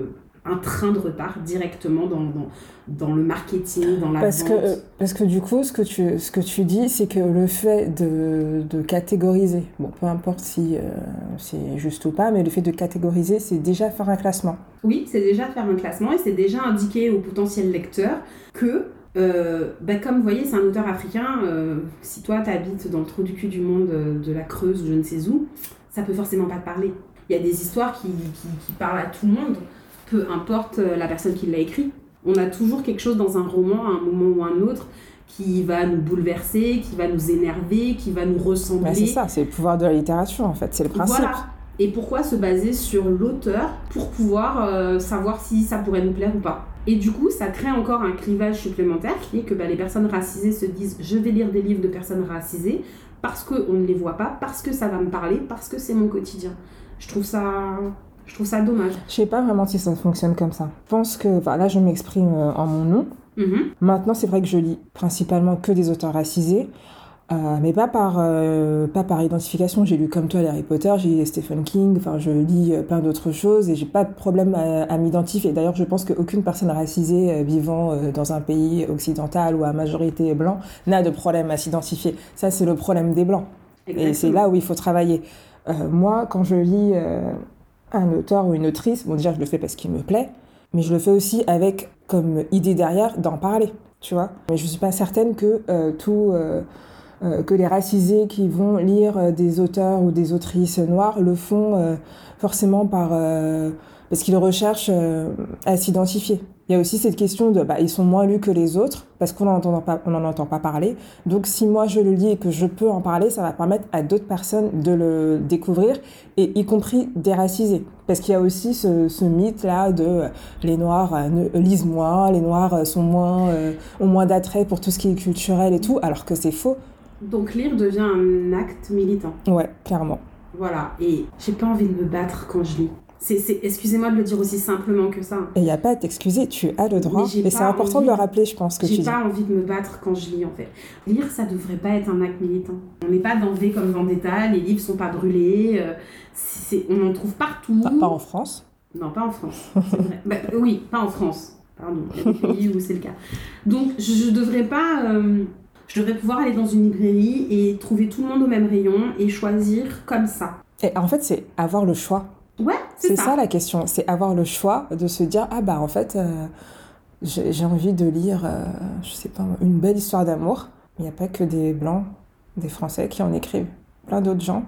Speaker 2: un train de retard directement dans, dans, dans le marketing, dans la
Speaker 3: parce
Speaker 2: vente.
Speaker 3: Que, euh, parce que du coup, ce que tu, ce que tu dis, c'est que le fait de, de catégoriser, bon, peu importe si euh, c'est juste ou pas, mais le fait de catégoriser, c'est déjà faire un classement.
Speaker 2: Oui, c'est déjà faire un classement et c'est déjà indiquer aux potentiels lecteurs que Euh, bah comme vous voyez, c'est un auteur africain. Euh, si toi, tu habites dans le trou du cul du monde euh, de la Creuse ou je ne sais où, ça peut forcément pas te parler. Il y a des histoires qui, qui, qui parlent à tout le monde, peu importe la personne qui l'a écrit. On a toujours quelque chose dans un roman, à un moment ou un autre, qui va nous bouleverser, qui va nous énerver, qui va nous ressembler.
Speaker 3: Ouais, c'est ça, c'est le pouvoir de la littérature en fait, c'est le principe.
Speaker 2: Voilà. Et pourquoi se baser sur l'auteur pour pouvoir euh, savoir si ça pourrait nous plaire ou pas. Et du coup, ça crée encore un clivage supplémentaire qui est que bah, les personnes racisées se disent « je vais lire des livres de personnes racisées parce qu'on ne les voit pas, parce que ça va me parler, parce que c'est mon quotidien ». Je trouve ça... Je trouve ça dommage.
Speaker 3: Je sais pas vraiment si ça fonctionne comme ça. Je pense que... Enfin, là, je m'exprime en mon nom.
Speaker 2: Mm-hmm.
Speaker 3: Maintenant, c'est vrai que je lis principalement que des auteurs racisés. Euh, mais pas par, euh, pas par identification. J'ai lu comme toi les Harry Potter, j'ai lu Stephen King, enfin je lis euh, plein d'autres choses et j'ai pas de problème à, à m'identifier. D'ailleurs, je pense qu'aucune personne racisée euh, vivant euh, dans un pays occidental ou à majorité blanc n'a de problème à s'identifier. Ça, c'est le problème des blancs. Exactement. Et c'est là où il faut travailler. Euh, moi, quand je lis euh, un auteur ou une autrice, bon déjà je le fais parce qu'il me plaît, mais je le fais aussi avec comme idée derrière d'en parler, tu vois. Mais je suis pas certaine que euh, tout... Euh, Euh, que les racisés qui vont lire euh, des auteurs ou des autrices noires le font euh, forcément par, euh, parce qu'ils recherchent euh, à s'identifier. Il y a aussi cette question de bah, ils sont moins lus que les autres parce qu'on n'en entend pas, on n'en entend pas parler. Donc si moi je le lis et que je peux en parler, ça va permettre à d'autres personnes de le découvrir, et y compris des racisés. Parce qu'il y a aussi ce, ce mythe-là de euh, les Noirs euh, ne, lisent moins, les Noirs euh, sont moins, euh, ont moins d'attrait pour tout ce qui est culturel et tout, alors que c'est faux.
Speaker 2: Donc lire devient un acte militant.
Speaker 3: Ouais, clairement.
Speaker 2: Voilà, et j'ai pas envie de me battre quand je lis. C'est, c'est, excusez-moi de le dire aussi simplement que ça.
Speaker 3: Et il n'y a pas à t'excuser, tu as le droit. Et c'est important envie, de le rappeler, je pense, que tu dis.
Speaker 2: J'ai pas envie de me battre quand je lis, en fait. Lire, ça devrait pas être un acte militant. On n'est pas dans V comme Vendetta, les livres sont pas brûlés, euh, c'est, on en trouve partout.
Speaker 3: Pas, pas en France.
Speaker 2: Non, pas en France, c'est vrai. Bah, oui, pas en France, pardon, il y a des pays où c'est le cas. Donc, je, je devrais pas... Euh, Je devrais pouvoir aller dans une librairie et trouver tout le monde au même rayon et choisir comme ça.
Speaker 3: Et en fait, c'est avoir le choix.
Speaker 2: Ouais, c'est,
Speaker 3: c'est
Speaker 2: ça.
Speaker 3: ça la question. C'est avoir le choix de se dire ah bah en fait euh, j'ai, j'ai envie de lire euh, je sais pas une belle histoire d'amour. Il n'y a pas que des blancs, des Français qui en écrivent. Plein d'autres gens.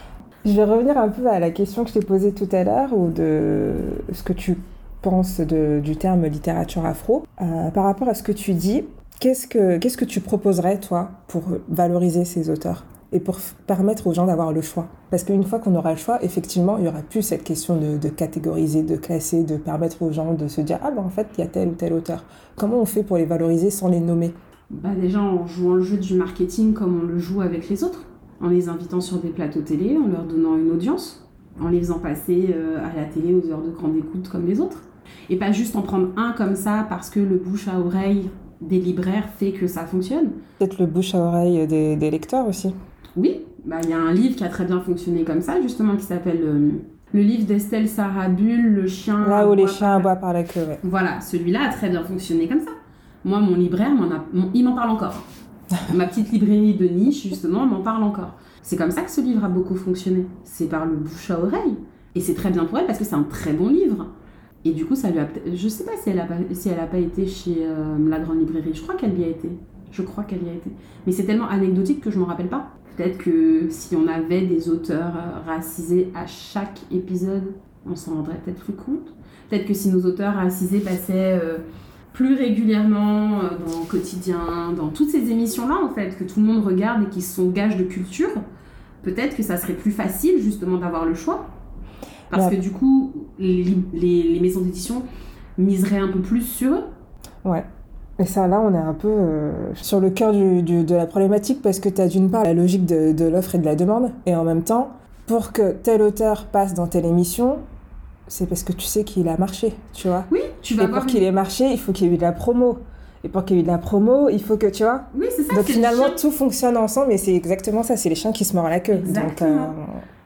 Speaker 3: Je vais revenir un peu à la question que je t'ai posée tout à l'heure ou de ce que tu penses de, du terme littérature afro. Euh, par rapport à ce que tu dis. Qu'est-ce que, qu'est-ce que tu proposerais, toi, pour valoriser ces auteurs et pour f- permettre aux gens d'avoir le choix ? Parce qu'une fois qu'on aura le choix, effectivement, il n'y aura plus cette question de, de catégoriser, de classer, de permettre aux gens de se dire « Ah ben en fait, il y a tel ou tel auteur ». Comment on fait pour les valoriser sans les nommer ?
Speaker 2: Bah déjà en jouant le jeu du marketing comme on le joue avec les autres, en les invitant sur des plateaux télé, en leur donnant une audience, en les faisant passer euh, à la télé aux heures de grande écoute comme les autres. Et pas juste en prendre un comme ça parce que le bouche à oreille des libraires fait que ça fonctionne.
Speaker 3: Peut-être le bouche à oreille des, des lecteurs aussi.
Speaker 2: Oui, bah, y a un livre qui a très bien fonctionné comme ça, justement, qui s'appelle euh, le livre d'Estelle Sarabul, Le chien...
Speaker 3: Là où les chiens aboient par la queue, ouais.
Speaker 2: Voilà, celui-là a très bien fonctionné comme ça. Moi, mon libraire, m'en a, mon, il m'en parle encore. Ma petite librairie de niche, justement, m'en parle encore. C'est comme ça que ce livre a beaucoup fonctionné. C'est par le bouche à oreille. Et c'est très bien pour elle, parce que c'est un très bon livre. Et du coup, ça lui a... Je sais pas si elle a pas, si elle a pas été chez euh, la grande librairie. Je crois qu'elle y a été. Je crois qu'elle y a été. Mais c'est tellement anecdotique que je m'en rappelle pas. Peut-être que si on avait des auteurs euh, racisés à chaque épisode, on s'en rendrait peut-être plus compte. Peut-être que si nos auteurs racisés passaient euh, plus régulièrement euh, dans le quotidien, dans toutes ces émissions-là, en fait, que tout le monde regarde et qui sont gages de culture, peut-être que ça serait plus facile, justement, d'avoir le choix. Parce ouais. que du coup, les, les, les maisons d'édition miseraient un peu plus sur eux.
Speaker 3: Ouais. Et ça, là, on est un peu euh, sur le cœur du, du, de la problématique parce que tu as d'une part la logique de, de l'offre et de la demande. Et en même temps, pour que tel auteur passe dans telle émission, c'est parce que tu sais qu'il a marché, tu vois.
Speaker 2: Oui, tu vas
Speaker 3: Et pour qu'il ait marché, il faut qu'il y ait eu de la promo. Et pour qu'il y ait eu de la promo, il faut que, tu vois.
Speaker 2: Oui, c'est ça.
Speaker 3: Donc
Speaker 2: c'est
Speaker 3: finalement, tout fonctionne ensemble et c'est exactement ça. C'est les chiens qui se mordent la queue.
Speaker 2: Exactement.
Speaker 3: Donc, euh,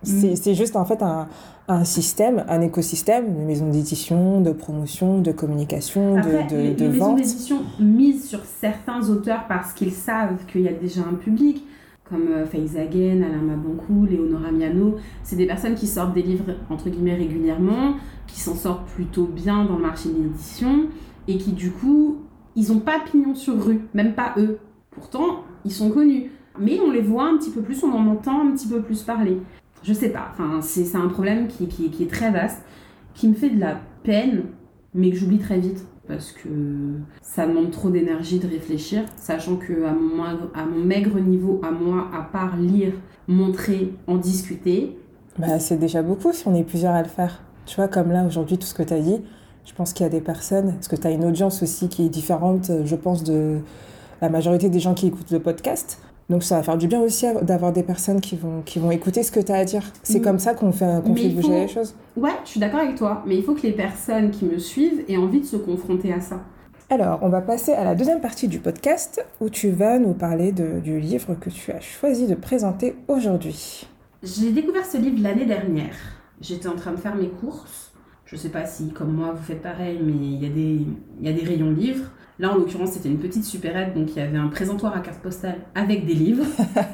Speaker 3: C'est, c'est juste en fait un, un système, un écosystème de maisons d'édition, de promotion, de communication,
Speaker 2: Après,
Speaker 3: de, de,
Speaker 2: les,
Speaker 3: de
Speaker 2: les maisons
Speaker 3: vente.
Speaker 2: d'édition misent sur certains auteurs parce qu'ils savent qu'il y a déjà un public, comme euh, Faiza Hagen, Alain Mabankou, Léonora Miano. C'est des personnes qui sortent des livres, entre guillemets, régulièrement, qui s'en sortent plutôt bien dans le marché de l'édition, et qui, du coup, ils n'ont pas pignon sur rue, même pas eux. Pourtant, ils sont connus. Mais on les voit un petit peu plus, on en entend un petit peu plus parler. Je sais pas, enfin, c'est, c'est un problème qui, qui, qui est très vaste, qui me fait de la peine, mais que j'oublie très vite. Parce que ça demande trop d'énergie de réfléchir, sachant qu'à mon, maigre, à mon maigre niveau, à moi, à part lire, montrer, en discuter...
Speaker 3: Bah, c'est déjà beaucoup si on est plusieurs à le faire. Tu vois, comme là, aujourd'hui, tout ce que tu as dit, je pense qu'il y a des personnes... Parce que tu as une audience aussi qui est différente, je pense, de la majorité des gens qui écoutent le podcast. Donc ça va faire du bien aussi d'avoir des personnes qui vont, qui vont écouter ce que tu as à dire. C'est mmh. comme ça qu'on fait, qu'on fait bouger faut... les choses.
Speaker 2: Ouais, je suis d'accord avec toi, mais il faut que les personnes qui me suivent aient envie de se confronter à ça.
Speaker 3: Alors, on va passer à la deuxième partie du podcast où tu vas nous parler de, du livre que tu as choisi de présenter aujourd'hui.
Speaker 2: J'ai découvert ce livre l'année dernière. J'étais en train de faire mes courses. Je sais pas si, comme moi, vous faites pareil, mais il y a des, il y a des rayons livres. Là, en l'occurrence, c'était une petite supérette, donc il y avait un présentoir à carte postale avec des livres.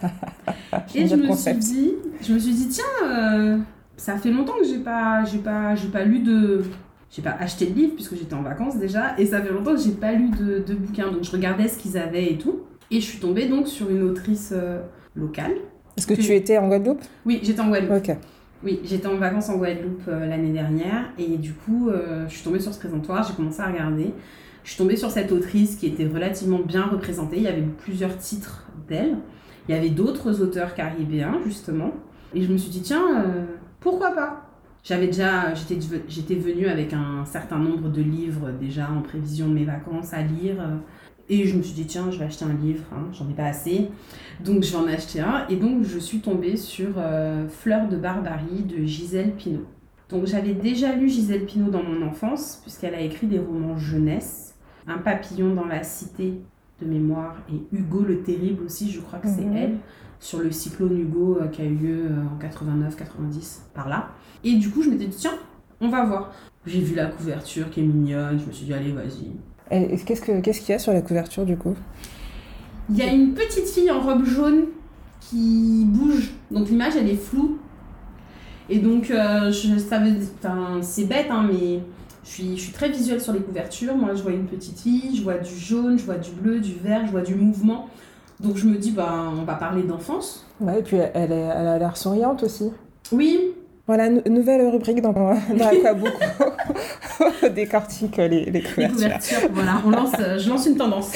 Speaker 2: Et je me suis dit, je me suis dit, tiens, euh, ça fait longtemps que j'ai pas, j'ai pas, j'ai pas lu de, j'ai pas acheté de livre puisque j'étais en vacances déjà, et ça fait longtemps que j'ai pas lu de, de bouquins. Donc je regardais ce qu'ils avaient et tout, et je suis tombée donc sur une autrice euh, locale.
Speaker 3: Est-ce que, que tu étais en Guadeloupe ?
Speaker 2: Oui, j'étais en Guadeloupe.
Speaker 3: Ok.
Speaker 2: Oui, j'étais en vacances en Guadeloupe euh, l'année dernière, et du coup, euh, je suis tombée sur ce présentoir, j'ai commencé à regarder. Je suis tombée sur cette autrice qui était relativement bien représentée. Il y avait plusieurs titres d'elle. Il y avait d'autres auteurs caribéens, justement. Et je me suis dit, tiens, euh, pourquoi pas ? J'avais déjà, j'étais, j'étais venue avec un certain nombre de livres déjà en prévision de mes vacances à lire. Et je me suis dit, tiens, je vais acheter un livre. Hein, j'en ai pas assez. Donc, je vais en acheter un. Et donc, je suis tombée sur euh, Fleur de Barbarie de Gisèle Pineau. Donc, j'avais déjà lu Gisèle Pineau dans mon enfance, puisqu'elle a écrit des romans jeunesse. Un papillon dans la cité de mémoire et Hugo le Terrible aussi, je crois que c'est mmh. elle, sur le cyclone Hugo euh, qui a eu lieu euh, en quatre-vingt-neuf quatre-vingt-dix, par là. Et du coup, je m'étais dit, tiens, on va voir. J'ai vu la couverture qui est mignonne, je me suis dit, allez, vas-y.
Speaker 3: Et qu'est-ce, que, qu'est-ce qu'il y a sur la couverture du coup ?
Speaker 2: Il y a une petite fille en robe jaune qui bouge, donc l'image elle est floue. Et donc, euh, je savais, c'est bête, hein, mais... Je suis, je suis très visuelle sur les couvertures. Moi, je vois une petite fille, je vois du jaune, je vois du bleu, du vert, je vois du mouvement. Donc, je me dis, bah, on va parler d'enfance.
Speaker 3: Ouais, et puis elle, est, elle a l'air souriante aussi.
Speaker 2: Oui.
Speaker 3: Voilà, n- nouvelle rubrique dans, dans Aquabook. On décortique les, les couvertures.
Speaker 2: Les couvertures, voilà. On lance, je lance une tendance.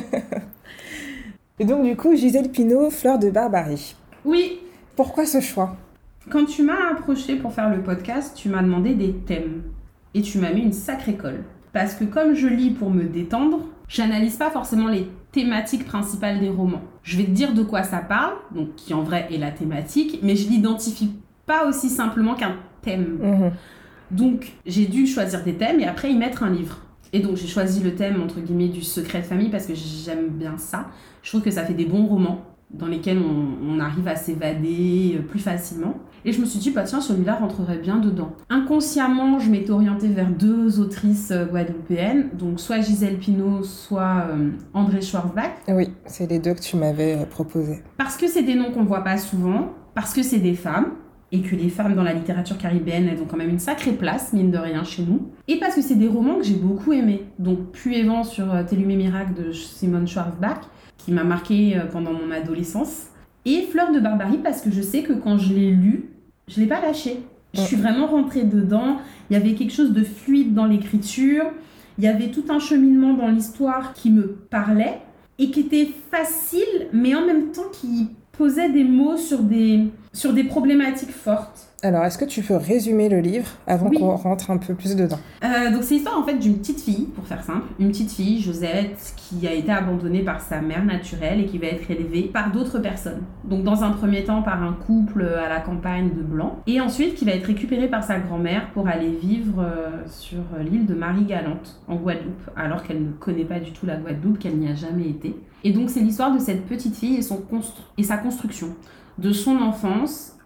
Speaker 3: Et donc, du coup, Gisèle Pineau, Fleur de Barbarie.
Speaker 2: Oui.
Speaker 3: Pourquoi ce choix ?
Speaker 2: Quand tu m'as approché pour faire le podcast, tu m'as demandé des thèmes. Et tu m'as mis une sacrée colle. Parce que comme je lis pour me détendre, j'analyse pas forcément les thématiques principales des romans. Je vais te dire de quoi ça parle, donc qui en vrai est la thématique, mais je l'identifie pas aussi simplement qu'un thème. Mmh. Donc j'ai dû choisir des thèmes et après y mettre un livre. Et donc j'ai choisi le thème entre guillemets du secret de famille parce que j'aime bien ça. Je trouve que ça fait des bons romans dans lesquels on, on arrive à s'évader plus facilement. Et je me suis dit, bah tiens, celui-là rentrerait bien dedans. Inconsciemment, je m'étais orientée vers deux autrices guadeloupéennes, donc soit Gisèle Pineau, soit euh, André Schwarzbach.
Speaker 3: Oui, c'est les deux que tu m'avais euh, proposés.
Speaker 2: Parce que c'est des noms qu'on voit pas souvent, parce que c'est des femmes, et que les femmes dans la littérature caribéenne, elles ont quand même une sacrée place, mine de rien, chez nous. Et parce que c'est des romans que j'ai beaucoup aimés. Donc, Puévent sur euh, Tellumé Miracle de Simone Schwarzbach, qui m'a marquée euh, pendant mon adolescence. Et Fleur de Barbarie, parce que je sais que quand je l'ai lu, je ne l'ai pas lâché. Je suis vraiment rentrée dedans. Il y avait quelque chose de fluide dans l'écriture. Il y avait tout un cheminement dans l'histoire qui me parlait et qui était facile, mais en même temps qui posait des mots sur des, sur des problématiques fortes.
Speaker 3: Alors, est-ce que tu peux résumer le livre avant oui. qu'on rentre un peu plus dedans ?
Speaker 2: euh, Donc, c'est l'histoire en fait d'une petite fille, pour faire simple. Une petite fille, Josette, qui a été abandonnée par sa mère naturelle et qui va être élevée par d'autres personnes. Donc, dans un premier temps, par un couple à la campagne de Blanc. Et ensuite, qui va être récupérée par sa grand-mère pour aller vivre euh, sur l'île de Marie-Galante, en Guadeloupe, alors qu'elle ne connaît pas du tout la Guadeloupe, qu'elle n'y a jamais été. Et donc, c'est l'histoire de cette petite fille et, son constru- et sa construction. De son enfance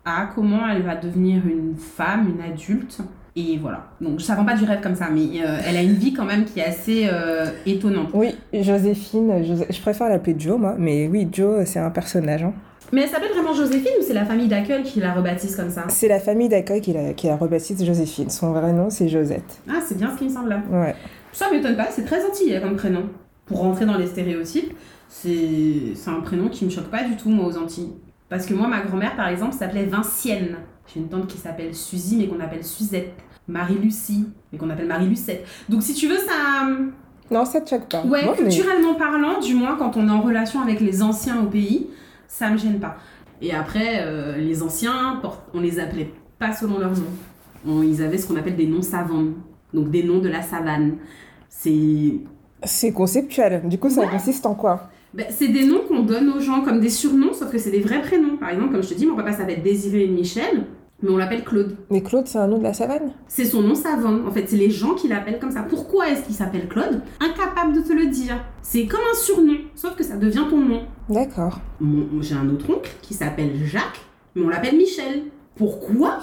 Speaker 2: à comment elle va devenir une femme, une adulte. Et voilà. Donc, ça vend pas du rêve comme ça, mais euh, elle a une vie quand même qui est assez euh, étonnante.
Speaker 3: Oui, Joséphine, José... je préfère l'appeler Jo, moi, mais oui, Jo, c'est un personnage. Hein.
Speaker 2: Mais elle s'appelle vraiment Joséphine ou c'est la famille d'accueil qui la rebaptise comme ça?
Speaker 3: C'est la famille d'accueil qui la, qui la rebaptise Joséphine. Son vrai nom, c'est Josette.
Speaker 2: Ah, c'est bien ce qui me semble là.
Speaker 3: Ouais.
Speaker 2: Ça m'étonne pas, c'est très antillais comme prénom. Pour rentrer dans les stéréotypes, c'est, c'est un prénom qui me choque pas du tout, moi, aux Antilles. Parce que moi, ma grand-mère, par exemple, s'appelait Vincienne. J'ai une tante qui s'appelle Suzy, mais qu'on appelle Suzette. Marie-Lucie, mais qu'on appelle Marie-Lucette. Donc, si tu veux, ça...
Speaker 3: Non, ça te choque pas.
Speaker 2: Ouais,
Speaker 3: non,
Speaker 2: culturellement
Speaker 3: mais...
Speaker 2: parlant, du moins, quand on est en relation avec les anciens au pays, ça me gêne pas. Et après, euh, les anciens, on les appelait pas selon leur nom. On, ils avaient ce qu'on appelle des noms savants. Donc, des noms de la savane. C'est...
Speaker 3: C'est conceptuel. Du coup, ça ouais. consiste en quoi?
Speaker 2: Ben, c'est des noms qu'on donne aux gens comme des surnoms, sauf que c'est des vrais prénoms. Par exemple, comme je te dis, mon papa s'appelle Désiré Michel, mais on l'appelle Claude.
Speaker 3: Mais Claude, c'est un nom de la savane?
Speaker 2: C'est son nom savant. En fait, c'est les gens qui l'appellent comme ça. Pourquoi est-ce qu'il s'appelle Claude? Incapable de te le dire. C'est comme un surnom, sauf que ça devient ton nom.
Speaker 3: D'accord.
Speaker 2: Mon, j'ai un autre oncle qui s'appelle Jacques, mais on l'appelle Michel. Pourquoi?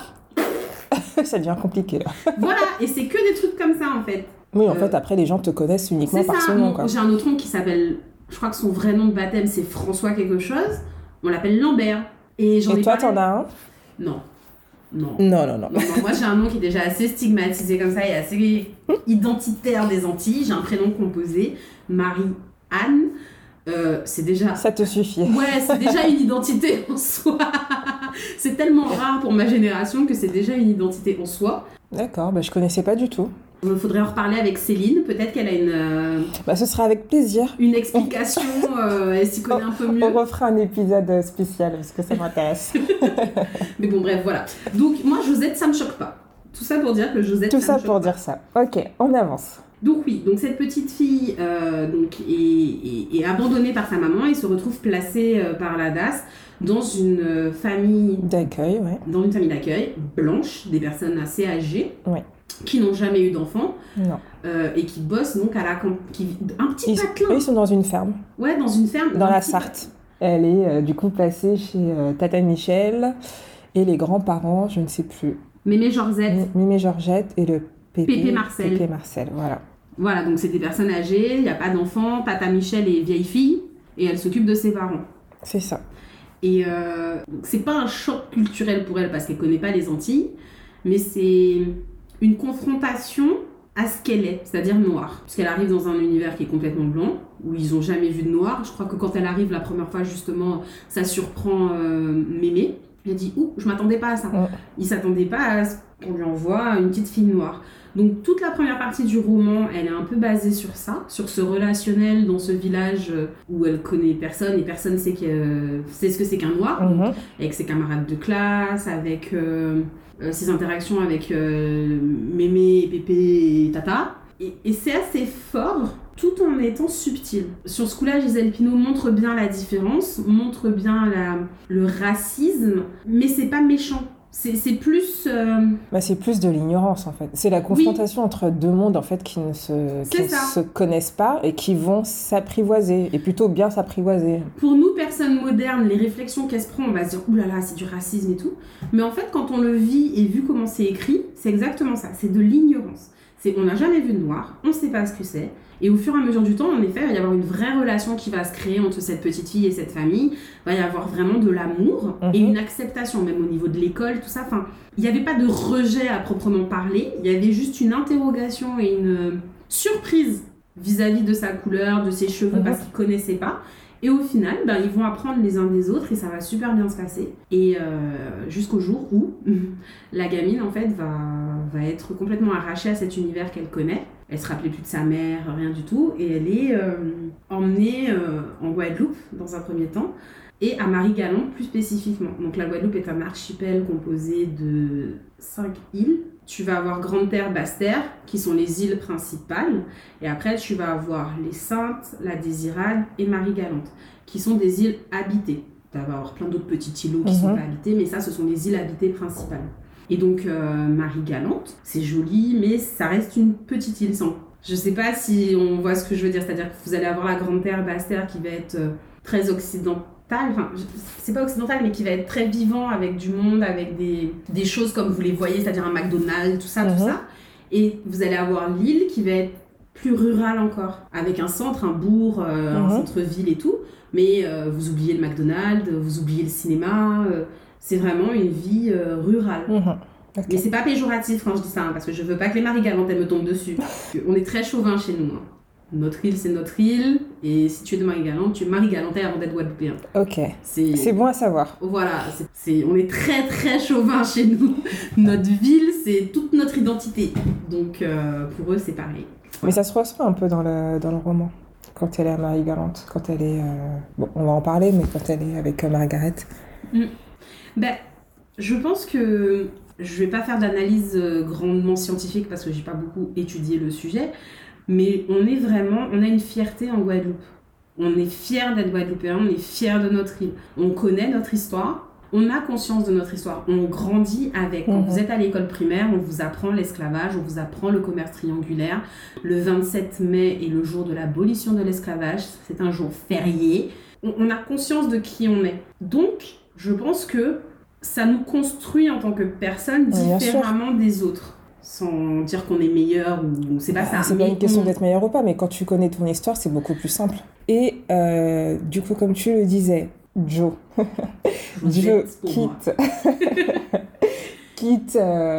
Speaker 3: Ça devient compliqué, là.
Speaker 2: Voilà, et c'est que des trucs comme ça, en fait.
Speaker 3: Oui, en
Speaker 2: euh,
Speaker 3: fait, après, les gens te connaissent uniquement par
Speaker 2: ça.
Speaker 3: son nom, quoi.
Speaker 2: J'ai un autre oncle qui s'appelle... Je crois que son vrai nom de baptême, c'est François quelque chose. On l'appelle Lambert. Et, j'en
Speaker 3: et
Speaker 2: ai
Speaker 3: toi,
Speaker 2: parlé...
Speaker 3: t'en as un?
Speaker 2: Non. Non.
Speaker 3: Non, non, non.
Speaker 2: non, non. Moi, j'ai un nom qui est déjà assez stigmatisé comme ça et assez identitaire des Antilles. J'ai un prénom composé, Marie-Anne. Euh, c'est déjà...
Speaker 3: Ça te suffit.
Speaker 2: Ouais, c'est déjà une identité en soi. C'est tellement rare pour ma génération que c'est déjà une identité en soi.
Speaker 3: D'accord, bah, je connaissais pas du tout.
Speaker 2: Il faudrait en reparler avec Céline. Peut-être qu'elle a une... Euh,
Speaker 3: bah, ce sera avec plaisir.
Speaker 2: Une explication, euh, elle s'y connaît un peu mieux.
Speaker 3: On refera un épisode spécial parce que ça m'intéresse.
Speaker 2: Mais bon, bref, voilà. Donc, moi, Josette, ça me choque pas. Tout ça pour dire que Josette,
Speaker 3: Tout
Speaker 2: ça,
Speaker 3: ça
Speaker 2: me choque
Speaker 3: pour
Speaker 2: pas.
Speaker 3: dire ça. Ok, on avance.
Speaker 2: Donc oui, donc cette petite fille euh, donc, est, est, est abandonnée par sa maman et se retrouve placée euh, par la D A S dans une euh, famille
Speaker 3: d'accueil, ouais.
Speaker 2: Dans une famille d'accueil blanche, des personnes assez âgées,
Speaker 3: ouais.
Speaker 2: qui n'ont jamais eu d'enfants,
Speaker 3: non.
Speaker 2: Euh, et qui bossent donc à la qui, un petit
Speaker 3: ils,
Speaker 2: patelin.
Speaker 3: Ils sont dans une ferme.
Speaker 2: Ouais, dans une ferme.
Speaker 3: Dans la Sarthe. Elle est euh, du coup placée chez euh, Tata Michel et les grands-parents, je ne sais plus.
Speaker 2: Mémé Georgette.
Speaker 3: Mémé Georgette et le Pépé,
Speaker 2: Pépé Marcel.
Speaker 3: Pépé Marcel, voilà.
Speaker 2: Voilà, donc c'est des personnes âgées, il n'y a pas d'enfants, Tata Michel est vieille fille et elle s'occupe de ses parents.
Speaker 3: C'est ça.
Speaker 2: Et euh, c'est pas un choc culturel pour elle parce qu'elle connaît pas les Antilles, mais c'est une confrontation à ce qu'elle est, c'est-à-dire noire. Parce qu'elle arrive dans un univers qui est complètement blanc, où ils ont jamais vu de noir. Je crois que quand elle arrive la première fois, justement, ça surprend euh, Mémé. Elle dit « Ouh, je m'attendais pas à ça. Ouais. » Il s'attendait pas à ce qu'on lui envoie une petite fille noire. Donc toute la première partie du roman, elle est un peu basée sur ça, sur ce relationnel dans ce village où elle connaît personne et personne sait, que, sait ce que c'est qu'un noir, mm-hmm. donc, avec ses camarades de classe, avec euh, ses interactions avec euh, Mémé, Pépé et Tata. Et, et c'est assez fort tout en étant subtil. Sur ce coup-là, Gisèle Pineau montre bien la différence, montre bien la, le racisme, mais c'est pas méchant. C'est, c'est plus... Euh...
Speaker 3: Bah, c'est plus de l'ignorance, en fait. C'est la confrontation oui. entre deux mondes, en fait, qui ne, se, qui ne se connaissent pas et qui vont s'apprivoiser, et plutôt bien s'apprivoiser.
Speaker 2: Pour nous, personnes modernes, les réflexions qu'elles se prend, on va se dire « Ouh là là, c'est du racisme et tout ». Mais en fait, quand on le vit et vu comment c'est écrit, c'est exactement ça. C'est de l'ignorance. C'est on n'a jamais vu de noir, on ne sait pas ce que c'est. Et au fur et à mesure du temps, en effet, il va y avoir une vraie relation qui va se créer entre cette petite fille et cette famille. Il va y avoir vraiment de l'amour mmh. et une acceptation, même au niveau de l'école, tout ça. Enfin, il n'y avait pas de rejet à proprement parler. Il y avait juste une interrogation et une surprise vis-à-vis de sa couleur, de ses cheveux, mmh. parce qu'ils ne connaissaient pas. Et au final, ben, ils vont apprendre les uns des autres et ça va super bien se passer. Et euh, jusqu'au jour où la gamine, en fait, va, va être complètement arrachée à cet univers qu'elle connaît. Elle se rappelait plus de sa mère, rien du tout. Et elle est euh, emmenée euh, en Guadeloupe, dans un premier temps, et à Marie-Galante, plus spécifiquement. Donc la Guadeloupe est un archipel composé de cinq îles. Tu vas avoir Grande-Terre, Basse-Terre, qui sont les îles principales. Et après, tu vas avoir les Saintes, la Désirade et Marie-Galante, qui sont des îles habitées. Tu vas avoir plein d'autres petits îlots qui ne mmh. sont pas habités, mais ça, ce sont les îles habitées principales. Et donc, euh, Marie-Galante, c'est joli, mais ça reste une petite île. Sans... Je ne sais pas si on voit ce que je veux dire. C'est-à-dire que vous allez avoir la Grande-Terre, Basse-Terre, qui va être euh, très occidentale, enfin, c'est pas occidental, mais qui va être très vivant avec du monde, avec des, des choses comme vous les voyez, c'est-à-dire un McDonald's, tout ça, mm-hmm. tout ça. Et vous allez avoir l'île qui va être plus rurale encore, avec un centre, un bourg, euh, mm-hmm. un centre-ville et tout. Mais euh, vous oubliez le McDonald's, vous oubliez le cinéma. Euh, c'est vraiment une vie euh, rurale. Mm-hmm. Okay. Mais c'est pas péjoratif quand je dis ça, hein, parce que je veux pas que les Marie-Galante me tombent dessus. On est très chauvin chez nous. Hein. Notre île, c'est notre île, et si tu es de Marie-Galante, tu es Marie-Galantais avant d'être Guadeloupéen.
Speaker 3: Ok, c'est, c'est bon à savoir.
Speaker 2: Voilà, c'est, c'est, on est très très chauvin chez nous. Notre ville, c'est toute notre identité. Donc euh, pour eux, c'est pareil. Voilà.
Speaker 3: Mais ça se ressent un peu dans le, dans le roman, quand elle est à Marie-Galante, quand elle est... Euh... Bon, on va en parler, mais quand elle est avec euh, Margaret.
Speaker 2: Mmh. Ben, je pense que je vais pas faire d'analyse euh, grandement scientifique, parce que j'ai pas beaucoup étudié le sujet. Mais on est vraiment, on a une fierté en Guadeloupe. On est fiers d'être Guadeloupéens, on est fiers de notre île. On connaît notre histoire, on a conscience de notre histoire. On grandit avec. Quand mmh. vous êtes à l'école primaire, on vous apprend l'esclavage, on vous apprend le commerce triangulaire. Le vingt-sept mai est le jour de l'abolition de l'esclavage. C'est un jour férié. On, on a conscience de qui on est. Donc, je pense que ça nous construit en tant que personne différemment des autres. Sans dire qu'on est meilleur ou c'est pas ça.
Speaker 3: C'est pas une question on... d'être meilleur ou pas, mais quand tu connais ton histoire, c'est beaucoup plus simple. Et euh, du coup, comme tu le disais, Joe, Joe quitte, quitte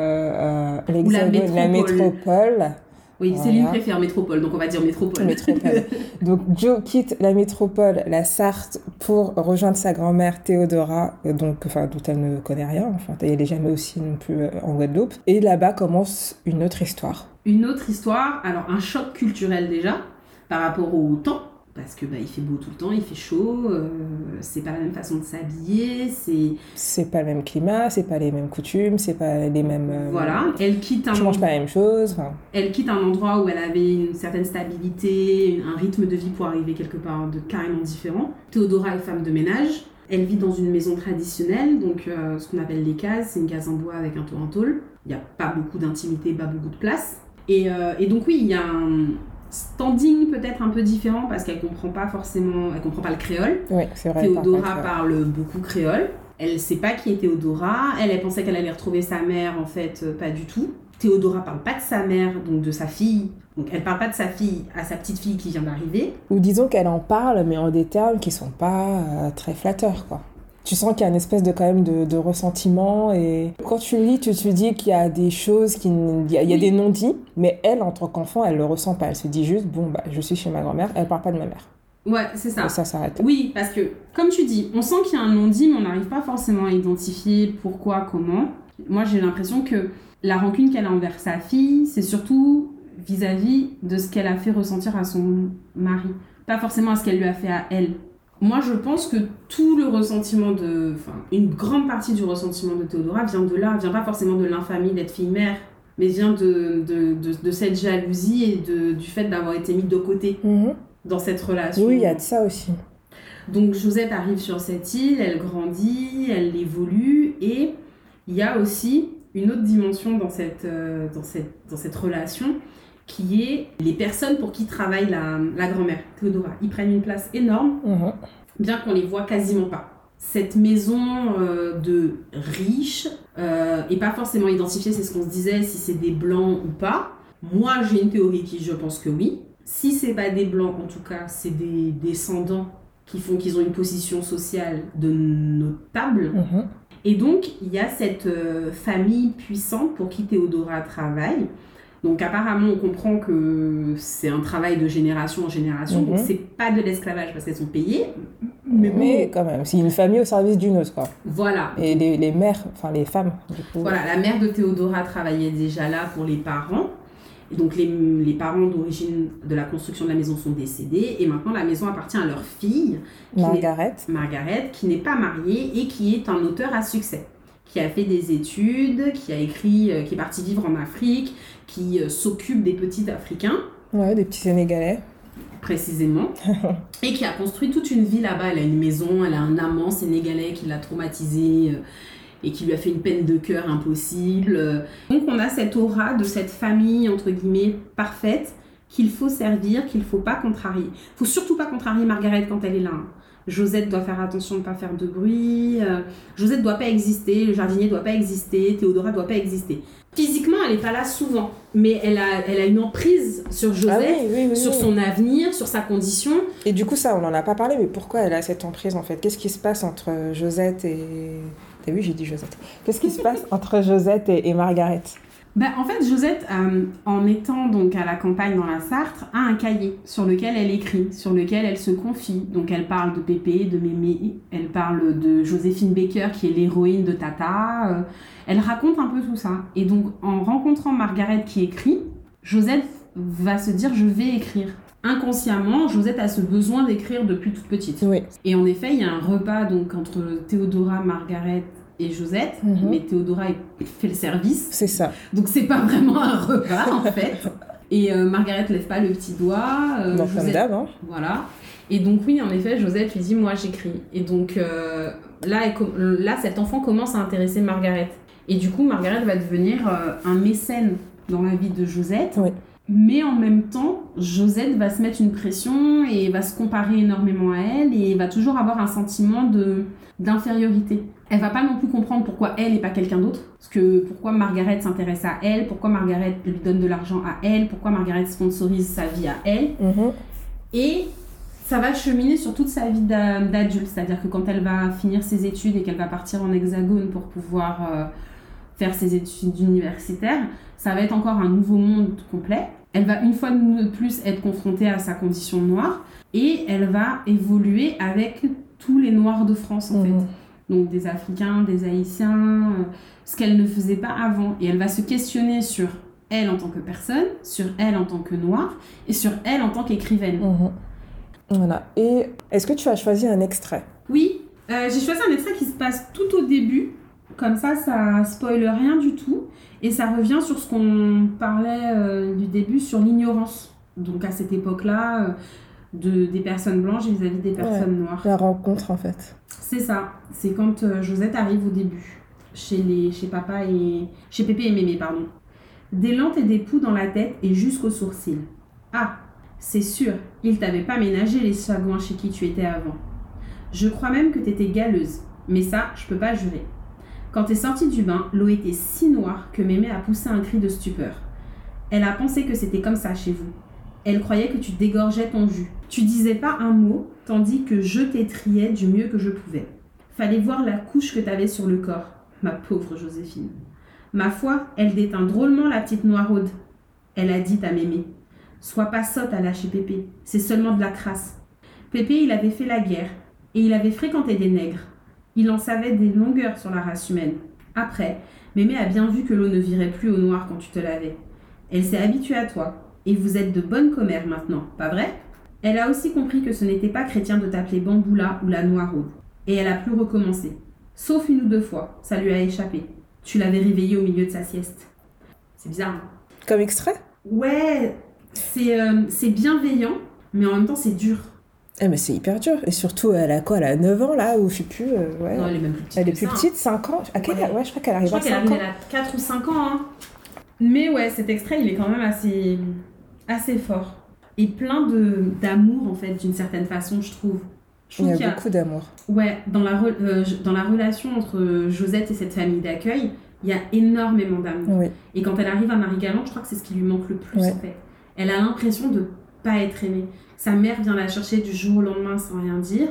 Speaker 3: euh, euh, l'Hexagone, la métropole. La métropole.
Speaker 2: Oui, voilà. Céline préfère métropole, donc on va dire métropole.
Speaker 3: Métropole. Donc Joe quitte la métropole, la Sarthe, pour rejoindre sa grand-mère Théodora, donc, enfin, dont elle ne connaît rien, enfin, elle n'est jamais aussi non plus en Guadeloupe. Et là-bas commence une autre histoire.
Speaker 2: Une autre histoire, alors un choc culturel déjà, par rapport au temps, parce que bah, il fait beau tout le temps, il fait chaud, euh, c'est pas la même façon de s'habiller, c'est...
Speaker 3: C'est pas le même climat, c'est pas les mêmes coutumes, c'est pas les mêmes... Euh...
Speaker 2: Voilà, elle quitte un...
Speaker 3: Tu manges pas la même chose, enfin...
Speaker 2: Elle quitte un endroit où elle avait une certaine stabilité, un rythme de vie pour arriver quelque part de carrément différent. Théodora est femme de ménage, elle vit dans une maison traditionnelle, donc euh, ce qu'on appelle les cases, c'est une case en bois avec un toit en tôle. Il n'y a pas beaucoup d'intimité, pas beaucoup de place. Et, euh, et donc oui, il y a un... standing peut-être un peu différent parce qu'elle comprend pas forcément, elle comprend pas le créole.
Speaker 3: Oui, c'est vrai.
Speaker 2: Théodora parle beaucoup créole. Elle sait pas qui est Théodora. Elle, elle pensait qu'elle allait retrouver sa mère, en fait, euh, pas du tout. Théodora parle pas de sa mère, donc de sa fille. Donc elle parle pas de sa fille à sa petite fille qui vient d'arriver.
Speaker 3: Ou disons qu'elle en parle, mais en des termes qui sont pas euh, très flatteurs, quoi. Tu sens qu'il y a une espèce de, quand même, de, de ressentiment, et quand tu lis, tu te dis qu'il y a des choses, qui, il y a, il y a oui. des non-dits, mais elle, en tant qu'enfant, elle le ressent pas. Elle se dit juste, bon, bah, je suis chez ma grand-mère, elle parle pas de ma mère.
Speaker 2: Ouais, c'est ça.
Speaker 3: Et ça s'arrête.
Speaker 2: Oui, parce que, comme tu dis, on sent qu'il y a un non-dit, mais on n'arrive pas forcément à identifier pourquoi, comment. Moi, j'ai l'impression que la rancune qu'elle a envers sa fille, c'est surtout vis-à-vis de ce qu'elle a fait ressentir à son mari. Pas forcément à ce qu'elle lui a fait à elle. Moi, je pense que tout le ressentiment de... Enfin, une grande partie du ressentiment de Théodora vient de là, vient pas forcément de l'infamie d'être fille-mère, mais vient de, de, de, de cette jalousie et de, du fait d'avoir été mise de côté mmh. dans cette relation.
Speaker 3: Oui, il y a de ça aussi.
Speaker 2: Donc, Josette arrive sur cette île, elle grandit, elle évolue, et il y a aussi une autre dimension dans cette, euh, dans cette, dans cette relation, qui est les personnes pour qui travaille la, la grand-mère, Théodora. Ils prennent une place énorme, mmh. bien qu'on les voit quasiment pas. Cette maison euh, de riches euh, est pas forcément identifiée, c'est ce qu'on se disait, si c'est des blancs ou pas. Moi, j'ai une théorie qui, je pense que oui. Si c'est pas des blancs, en tout cas, c'est des descendants qui font qu'ils ont une position sociale de notable. Mmh. Et donc, il y a cette euh, famille puissante pour qui Théodora travaille. Donc apparemment, on comprend que c'est un travail de génération en génération, mmh. donc c'est pas de l'esclavage parce qu'elles sont payées.
Speaker 3: Mais, bon, mais quand même, c'est une famille au service d'une autre, quoi.
Speaker 2: Voilà.
Speaker 3: Et les, les mères, enfin les femmes, du coup.
Speaker 2: Voilà, la mère de Théodora travaillait déjà là pour les parents. Et donc les, les parents d'origine de la construction de la maison sont décédés, et maintenant la maison appartient à leur fille,
Speaker 3: Margaret.
Speaker 2: Margaret, qui n'est pas mariée et qui est un auteur à succès, qui a fait des études, qui a écrit, euh, qui est parti vivre en Afrique, qui euh, s'occupe des petits Africains.
Speaker 3: Ouais, des petits Sénégalais.
Speaker 2: Précisément. Et qui a construit toute une vie là-bas. Elle a une maison, elle a un amant sénégalais qui l'a traumatisée euh, et qui lui a fait une peine de cœur impossible. Donc on a cette aura de cette famille, entre guillemets, parfaite, qu'il faut servir, qu'il ne faut pas contrarier. Il ne faut surtout pas contrarier Margaret quand elle est là. Josette doit faire attention de ne pas faire de bruit, euh, Josette ne doit pas exister, le jardinier ne doit pas exister, Théodora ne doit pas exister. Physiquement, elle n'est pas là souvent, mais elle a, elle a une emprise sur Josette,
Speaker 3: Ah oui, oui, oui,
Speaker 2: sur
Speaker 3: oui.
Speaker 2: son avenir, sur sa condition.
Speaker 3: Et du coup, ça, on n'en a pas parlé, mais pourquoi elle a cette emprise en fait? Qu'est-ce qui se passe entre Josette et... T'as vu, j'ai dit Josette. Qu'est-ce qui se passe entre Josette et, et Margaret?
Speaker 2: Bah, en fait, Josette, euh, en étant donc à la campagne dans la Sarthe, a un cahier sur lequel elle écrit, sur lequel elle se confie. Donc elle parle de Pépé, de Mémé, elle parle de Joséphine Baker qui est l'héroïne de Tata. Euh, elle raconte un peu tout ça. Et donc en rencontrant Margaret qui écrit, Josette va se dire je vais écrire. Inconsciemment, Josette a ce besoin d'écrire depuis toute petite.
Speaker 3: Oui.
Speaker 2: Et en effet, il y a un repas donc entre Théodora, Margaret et Josette,
Speaker 3: Mhm.
Speaker 2: mais Théodora fait le service.
Speaker 3: C'est ça.
Speaker 2: Donc c'est pas vraiment un repas en fait. Et euh, Margaret lève pas le petit doigt. euh,
Speaker 3: Bon, comme
Speaker 2: Josette-
Speaker 3: d'hab, hein.
Speaker 2: Voilà. Et donc oui, en effet, Josette lui dit moi j'écris. Et donc euh, là, elle com- là, cet enfant commence à intéresser Margaret. Et du coup, Margaret va devenir euh, un mécène dans la vie de Josette.
Speaker 3: Oui.
Speaker 2: Mais en même temps, Josette va se mettre une pression et va se comparer énormément à elle et va toujours avoir un sentiment de d'infériorité. Elle va pas non plus comprendre pourquoi elle et pas quelqu'un d'autre. Parce que pourquoi Margaret s'intéresse à elle, pourquoi Margaret lui donne de l'argent à elle, pourquoi Margaret sponsorise sa vie à elle.
Speaker 3: Mhm.
Speaker 2: Et ça va cheminer sur toute sa vie d'a- d'adulte. C'est-à-dire que quand elle va finir ses études et qu'elle va partir en hexagone pour pouvoir euh, faire ses études universitaires, ça va être encore un nouveau monde complet. Elle va une fois de plus être confrontée à sa condition noire et elle va évoluer avec tous les Noirs de France en
Speaker 3: Mhm.
Speaker 2: fait. Donc des Africains, des Haïtiens, euh, ce qu'elle ne faisait pas avant. Et elle va se questionner sur elle en tant que personne, sur elle en tant que noire et sur elle en tant qu'écrivaine.
Speaker 3: Mhm. Voilà. Et est-ce que tu as choisi un extrait?
Speaker 2: Oui, euh, j'ai choisi un extrait qui se passe tout au début. Comme ça, ça spoile rien du tout. Et ça revient sur ce qu'on parlait euh, du début, sur l'ignorance. Donc à cette époque-là, euh, de, des personnes blanches vis-à-vis des personnes noires.
Speaker 3: La rencontre, en fait.
Speaker 2: C'est ça. C'est quand euh, Josette arrive au début, chez, les, chez papa et... chez Pépé et Mémé, pardon. Des lentes et des poux dans la tête et jusqu'aux sourcils. Ah, c'est sûr, il t'avait pas ménagé les sagouins chez qui tu étais avant. Je crois même que t'étais galeuse, mais ça, je peux pas jurer. Quand t'es sortie du bain, l'eau était si noire que Mémé a poussé un cri de stupeur. Elle a pensé que c'était comme ça chez vous. Elle croyait que tu dégorgeais ton jus. Tu disais pas un mot, tandis que je t'étriais du mieux que je pouvais. Fallait voir la couche que t'avais sur le corps, ma pauvre Joséphine. Ma foi, elle déteint drôlement la petite noiraude. Elle a dit à Mémé. Sois pas sotte à lâcher Pépé, c'est seulement de la crasse. Pépé, il avait fait la guerre, et il avait fréquenté des nègres. Il en savait des longueurs sur la race humaine. Après, Mémé a bien vu que l'eau ne virait plus au noir quand tu te lavais. Elle s'est habituée à toi, et vous êtes de bonnes commères maintenant, pas vrai? Elle a aussi compris que ce n'était pas chrétien de t'appeler Bamboula ou la Noiraude, et elle a plus recommencé. Sauf une ou deux fois, ça lui a échappé. Tu l'avais réveillée au milieu de sa sieste. C'est bizarre, hein?
Speaker 3: Comme extrait?
Speaker 2: Ouais, c'est euh, c'est bienveillant, mais en même temps c'est dur.
Speaker 3: Eh, mais c'est hyper dur. Et surtout, elle a quoi? Elle a neuf ans, là, ou je sais plus. euh, ouais.
Speaker 2: Non, elle est même plus petite.
Speaker 3: Elle est
Speaker 2: que
Speaker 3: plus
Speaker 2: ça, hein.
Speaker 3: petite, cinq ans. À quel
Speaker 2: Ouais.
Speaker 3: âge? Ouais, je crois qu'elle
Speaker 2: Je
Speaker 3: arrive
Speaker 2: crois
Speaker 3: à
Speaker 2: qu'elle
Speaker 3: cinq
Speaker 2: arrive,
Speaker 3: ans.
Speaker 2: elle a quatre ou cinq ans. Hein. Mais ouais, cet extrait, il est quand même assez, assez fort. Et plein de, d'amour, en fait, d'une certaine façon, je trouve. Je
Speaker 3: Il y
Speaker 2: trouve
Speaker 3: a
Speaker 2: qu'il y a,
Speaker 3: beaucoup d'amour.
Speaker 2: ouais, dans la, re- euh, je- dans la relation entre Josette et cette famille d'accueil, il y a énormément d'amour.
Speaker 3: Oui.
Speaker 2: Et quand elle arrive à Marie-Galante, je crois que c'est ce qui lui manque le plus,
Speaker 3: Ouais.
Speaker 2: en fait. Elle a l'impression de pas être aimée. Sa mère vient la chercher du jour au lendemain sans rien dire.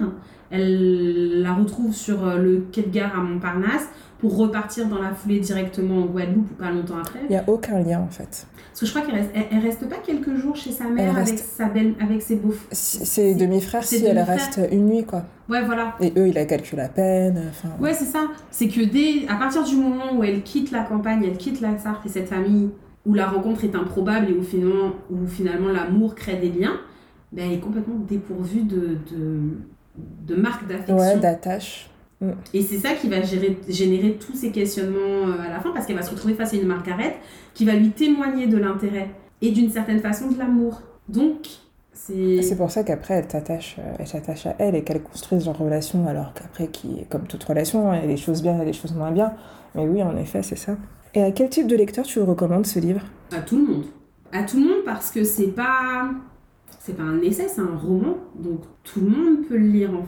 Speaker 2: Elle la retrouve sur euh, le quai de gare à Montparnasse pour repartir dans la foulée directement en Guadeloupe ou pas longtemps après.
Speaker 3: Il n'y a aucun lien, en fait.
Speaker 2: Parce que je crois qu'elle reste, elle, elle reste pas quelques jours chez sa mère
Speaker 3: Elle
Speaker 2: avec,
Speaker 3: reste-
Speaker 2: sa belle, avec ses beaux...
Speaker 3: Si- Ses
Speaker 2: C'est-
Speaker 3: demi-frères,
Speaker 2: ses
Speaker 3: si, elle
Speaker 2: demi-frères.
Speaker 3: reste une nuit, quoi.
Speaker 2: Ouais, voilà.
Speaker 3: Et eux, il a calculé à peine. Enfin,
Speaker 2: Ouais, c'est ça. C'est que dès, à partir du moment où elle quitte la campagne, elle quitte la Sarthe et cette famille où la rencontre est improbable et où finalement, où finalement l'amour crée des liens, ben elle est complètement dépourvue de, de, de marques d'affection.
Speaker 3: ouais, d'attache.
Speaker 2: Et c'est ça qui va gérer, générer tous ces questionnements euh, à la fin, parce qu'elle va se retrouver face à une Margaret qui va lui témoigner de l'intérêt et d'une certaine façon de l'amour. Donc, c'est...
Speaker 3: C'est pour ça qu'après, elle t'attache, euh, elle s'attache à elle et qu'elle construise leur relation, alors qu'après, qui, comme toute relation, il y a des choses bien, il y a des choses moins bien. Mais oui, en effet, c'est ça. Et à quel type de lecteur tu recommandes ce livre?
Speaker 2: À tout le monde. À tout le monde parce que c'est pas... C'est pas un essai, c'est un roman, donc tout le monde peut le lire en fait.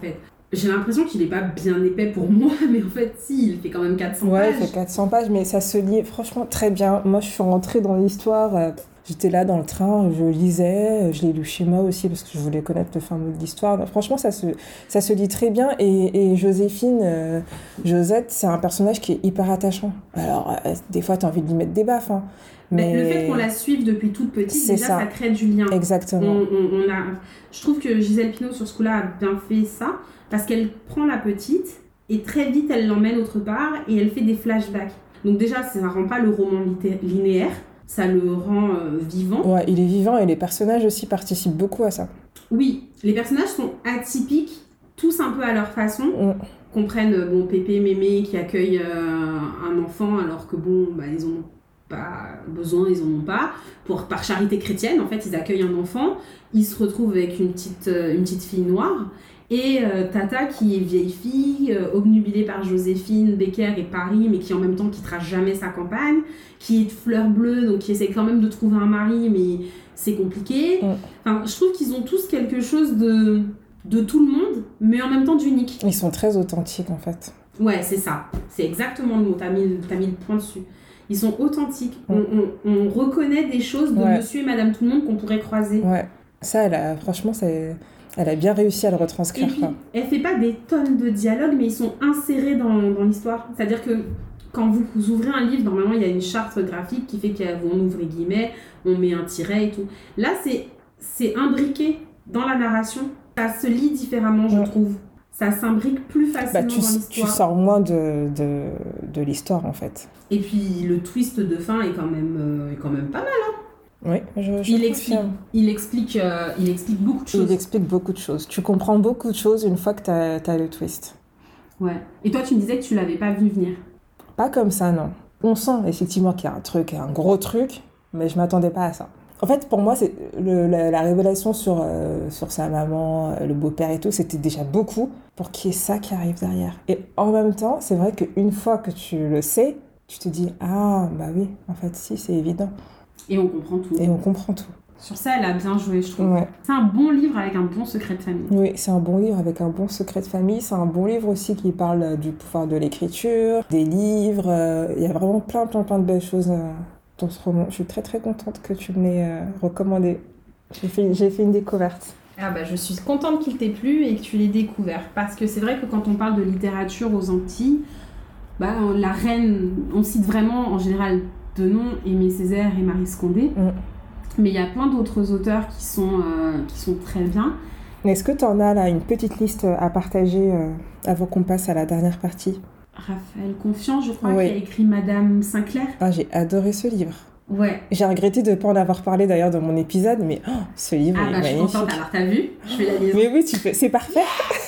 Speaker 2: J'ai l'impression qu'il est pas bien épais pour moi, mais en fait, si, il fait quand même quatre cents
Speaker 3: ouais,
Speaker 2: pages.
Speaker 3: Ouais, il fait quatre cents pages, mais ça se lit franchement très bien. Moi, je suis rentrée dans l'histoire, euh, j'étais là dans le train, je lisais, je l'ai lu chez moi aussi parce que je voulais connaître le fin mot de l'histoire. Donc, franchement, ça se, ça se lit très bien. Et, et Joséphine, euh, Josette, c'est un personnage qui est hyper attachant. Alors, euh, des fois, tu as envie de lui mettre des baffes, hein.
Speaker 2: Mais... Le fait qu'on la suive depuis toute petite, c'est déjà, ça. ça crée du lien.
Speaker 3: Exactement.
Speaker 2: On, on, on a... Je trouve que Gisèle Pineau, sur ce coup-là, a bien fait ça, parce qu'elle prend la petite, et très vite, elle l'emmène autre part, et elle fait des flashbacks. Donc déjà, ça ne rend pas le roman linéaire, ça le rend euh, vivant.
Speaker 3: Ouais, il est vivant, et les personnages aussi participent beaucoup à ça.
Speaker 2: Oui, les personnages sont atypiques, tous un peu à leur façon. Mm. Qu'on prenne, bon, Pépé, Mémé, qui accueille euh, un enfant, alors que bon, bah, ils ont... pas besoin, ils en ont pas. Pour, par charité chrétienne, en fait, ils accueillent un enfant, ils se retrouvent avec une petite, euh, une petite fille noire, et euh, Tata, qui est vieille fille, euh, obnubilée par Joséphine, Becker et Paris, mais qui en même temps quittera jamais sa campagne, qui est de fleur bleue, donc qui essaie quand même de trouver un mari, mais c'est compliqué. Mm. Enfin, je trouve qu'ils ont tous quelque chose de, de tout le monde, mais en même temps d'unique.
Speaker 3: Ils sont très authentiques, en fait.
Speaker 2: Ouais, c'est ça. C'est exactement le mot, t'as mis, t'as mis le point dessus. Ils sont authentiques. On, on, on reconnaît des choses de ouais. Monsieur et Madame Tout-le-Monde qu'on pourrait croiser.
Speaker 3: Ouais. Ça, elle a, franchement, c'est... elle a bien réussi à le retranscrire.
Speaker 2: Et puis, elle fait pas des tonnes de dialogues, mais ils sont insérés dans, dans l'histoire. C'est-à-dire que quand vous, vous ouvrez un livre, normalement, il y a une charte graphique qui fait qu'on ouvre les guillemets, on met un tiret et tout. Là, c'est, c'est imbriqué dans la narration. Ça se lit différemment, je ouais. trouve. Ça s'imbrique plus facilement
Speaker 3: bah, tu,
Speaker 2: dans l'histoire.
Speaker 3: Tu sors moins de, de, de l'histoire, en fait.
Speaker 2: Et puis, le twist de fin est quand même, euh, est quand même pas mal, hein.
Speaker 3: Oui, je, je
Speaker 2: il, explique, il, explique, euh, il explique beaucoup de choses.
Speaker 3: Il explique beaucoup de choses. Tu comprends beaucoup de choses une fois que tu as le twist.
Speaker 2: Ouais. Et toi, tu me disais que tu l'avais pas vu venir.
Speaker 3: Pas comme ça, non. On sent effectivement qu'il y a un truc, un gros truc, mais je m'attendais pas à ça. En fait, pour moi, c'est le, la, la révélation sur, euh, sur sa maman, le beau-père et tout, c'était déjà beaucoup pour qu'il y ait ça qui arrive derrière. Et en même temps, c'est vrai qu'une fois que tu le sais, tu te dis « Ah, bah oui, en fait, si, c'est évident ».
Speaker 2: Et on comprend tout.
Speaker 3: Et on comprend tout.
Speaker 2: Sur ça, elle a bien joué, je trouve.
Speaker 3: Ouais.
Speaker 2: C'est un bon livre avec un bon secret de famille.
Speaker 3: Oui, c'est un bon livre avec un bon secret de famille. C'est un bon livre aussi qui parle du pouvoir de l'écriture, des livres. Euh, il y a vraiment plein, plein, plein de belles choses euh, dans ce roman. Je suis très, très contente que tu me l'aies euh, recommandé. J'ai fait, j'ai fait une découverte.
Speaker 2: Ah bah, je suis contente qu'il t'ait plu et que tu l'aies découvert. Parce que c'est vrai que quand on parle de littérature aux Antilles, bah, la reine, on cite vraiment en général de nom Aimé Césaire et Marie Scondé. Mm. Mais il y a plein d'autres auteurs qui sont, euh, qui sont très bien.
Speaker 3: Est-ce que tu en as là une petite liste à partager euh, avant qu'on passe à la dernière partie ?
Speaker 2: Raphaël Confiant, je crois, oui. Qui a écrit Madame Sinclair.
Speaker 3: Ah, j'ai adoré ce livre.
Speaker 2: Ouais.
Speaker 3: J'ai regretté de ne pas en avoir parlé d'ailleurs dans mon épisode, mais oh, ce livre
Speaker 2: ah,
Speaker 3: est
Speaker 2: bah,
Speaker 3: magnifique.
Speaker 2: Je suis contente, alors t'as vu ? Je fais la liaison.
Speaker 3: Mais oui, tu peux... c'est parfait.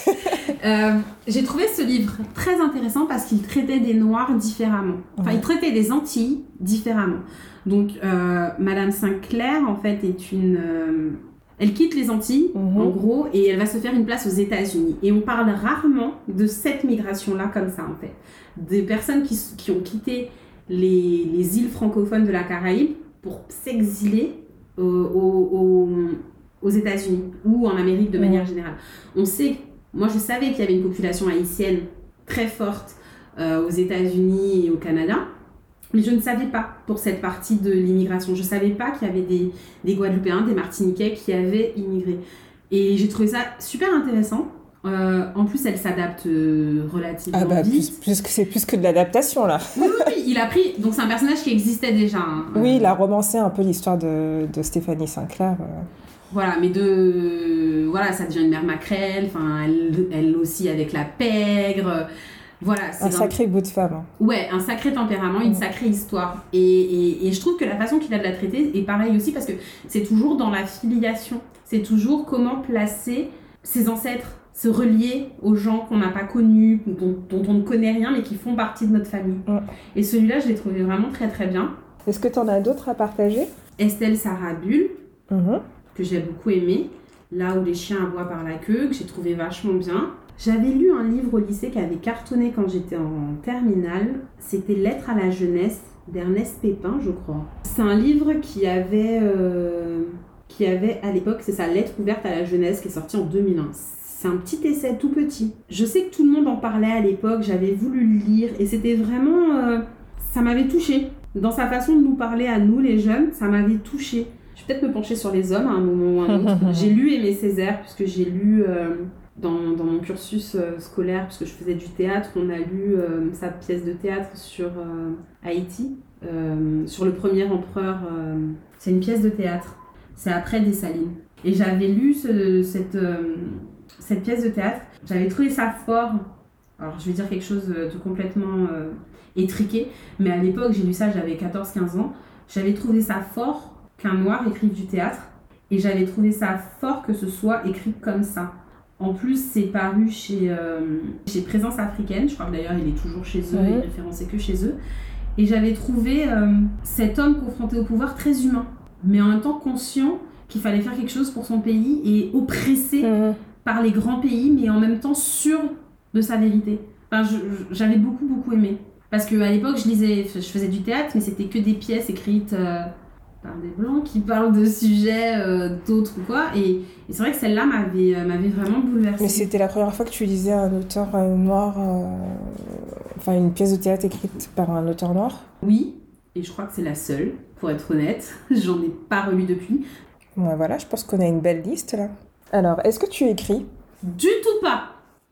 Speaker 2: euh, j'ai trouvé ce livre très intéressant parce qu'il traitait des Noirs différemment. Enfin, ouais. Il traitait des Antilles différemment. Donc, euh, Madame Sinclair, en fait, est une... Euh, elle quitte les Antilles, mmh. en gros, et elle va se faire une place aux États-Unis. Et on parle rarement de cette migration-là comme ça, en fait. Des personnes qui, qui ont quitté les, les îles francophones de la Caraïbe pour s'exiler euh, aux, aux, aux États-Unis ou en Amérique de manière mmh. générale. On sait... Moi, je savais qu'il y avait une population haïtienne très forte euh, aux États-Unis et au Canada. Mais je ne savais pas pour cette partie de l'immigration. Je ne savais pas qu'il y avait des, des Guadeloupéens, des Martiniquais qui avaient immigré. Et j'ai trouvé ça super intéressant. Euh, en plus, elle s'adapte euh, relativement
Speaker 3: ah bah,
Speaker 2: vite.
Speaker 3: Plus, plus que, c'est plus que de l'adaptation, là.
Speaker 2: Oui, oui, oui, il a pris... Donc, c'est un personnage qui existait déjà. Hein.
Speaker 3: Oui, il a romancé un peu l'histoire de, de Stéphanie Sinclair. Euh.
Speaker 2: Voilà, mais de... Voilà, ça devient une mère maquerelle. Enfin, elle, elle aussi avec la pègre... Voilà, c'est
Speaker 3: un sacré bout de femme. Hein.
Speaker 2: Ouais, un sacré tempérament, une mmh. sacrée histoire. Et, et, et je trouve que la façon qu'il a de la traiter est pareille aussi parce que c'est toujours dans la filiation. C'est toujours comment placer ses ancêtres, se relier aux gens qu'on n'a pas connus, dont, dont on ne connaît rien, mais qui font partie de notre famille. Mmh. Et celui-là, je l'ai trouvé vraiment très très bien.
Speaker 3: Est-ce que tu en as d'autres à partager ?
Speaker 2: Estelle Sarah Bull,
Speaker 3: mmh.
Speaker 2: que j'ai beaucoup aimé. Là où les chiens aboient par la queue, que j'ai trouvé vachement bien. J'avais lu un livre au lycée qui avait cartonné quand j'étais en terminale. C'était Lettres à la jeunesse d'Ernest Pépin, je crois. C'est un livre qui avait, euh, qui avait à l'époque, c'est ça, Lettres ouvertes à la jeunesse, qui est sorti en deux mille un. C'est un petit essai tout petit. Je sais que tout le monde en parlait à l'époque, j'avais voulu le lire et c'était vraiment... Euh, ça m'avait touchée. Dans sa façon de nous parler à nous, les jeunes, ça m'avait touchée. Je vais peut-être me pencher sur les hommes à un moment ou à un autre. J'ai lu Aimé Césaire, puisque j'ai lu euh, dans, dans mon cursus euh, scolaire, puisque je faisais du théâtre, on a lu euh, sa pièce de théâtre sur euh, Haïti, euh, sur le premier empereur. Euh, c'est une pièce de théâtre. C'est après Dessalines. Et j'avais lu ce, cette, euh, cette pièce de théâtre. J'avais trouvé ça fort. Alors, je vais dire quelque chose de complètement euh, étriqué, mais à l'époque, j'ai lu ça, j'avais quatorze quinze ans. J'avais trouvé ça fort qu'un noir écrive du théâtre, et j'avais trouvé ça fort que ce soit écrit comme ça. En plus, c'est paru chez, euh, chez Présence Africaine, je crois que d'ailleurs il est toujours chez eux, mmh. il est référencé que chez eux. Et j'avais trouvé euh, cet homme confronté au pouvoir très humain, mais en même temps conscient qu'il fallait faire quelque chose pour son pays et oppressé mmh. par les grands pays, mais en même temps sûr de sa vérité. Enfin, je, je, j'avais beaucoup, beaucoup aimé. Parce qu'à l'époque, je lisais, je faisais du théâtre, mais c'était que des pièces écrites... Euh, par des blancs qui parlent de sujets euh, d'autres ou quoi, et, et c'est vrai que celle-là m'avait, euh, m'avait vraiment bouleversée.
Speaker 3: Mais c'était la première fois que tu lisais un auteur euh, noir, euh, enfin une pièce de théâtre écrite par un auteur noir?
Speaker 2: Oui, et je crois que c'est la seule, pour être honnête, j'en ai pas relu depuis.
Speaker 3: Ouais, voilà, je pense qu'on a une belle liste là. Alors, est-ce que tu écris?
Speaker 2: Du tout pas.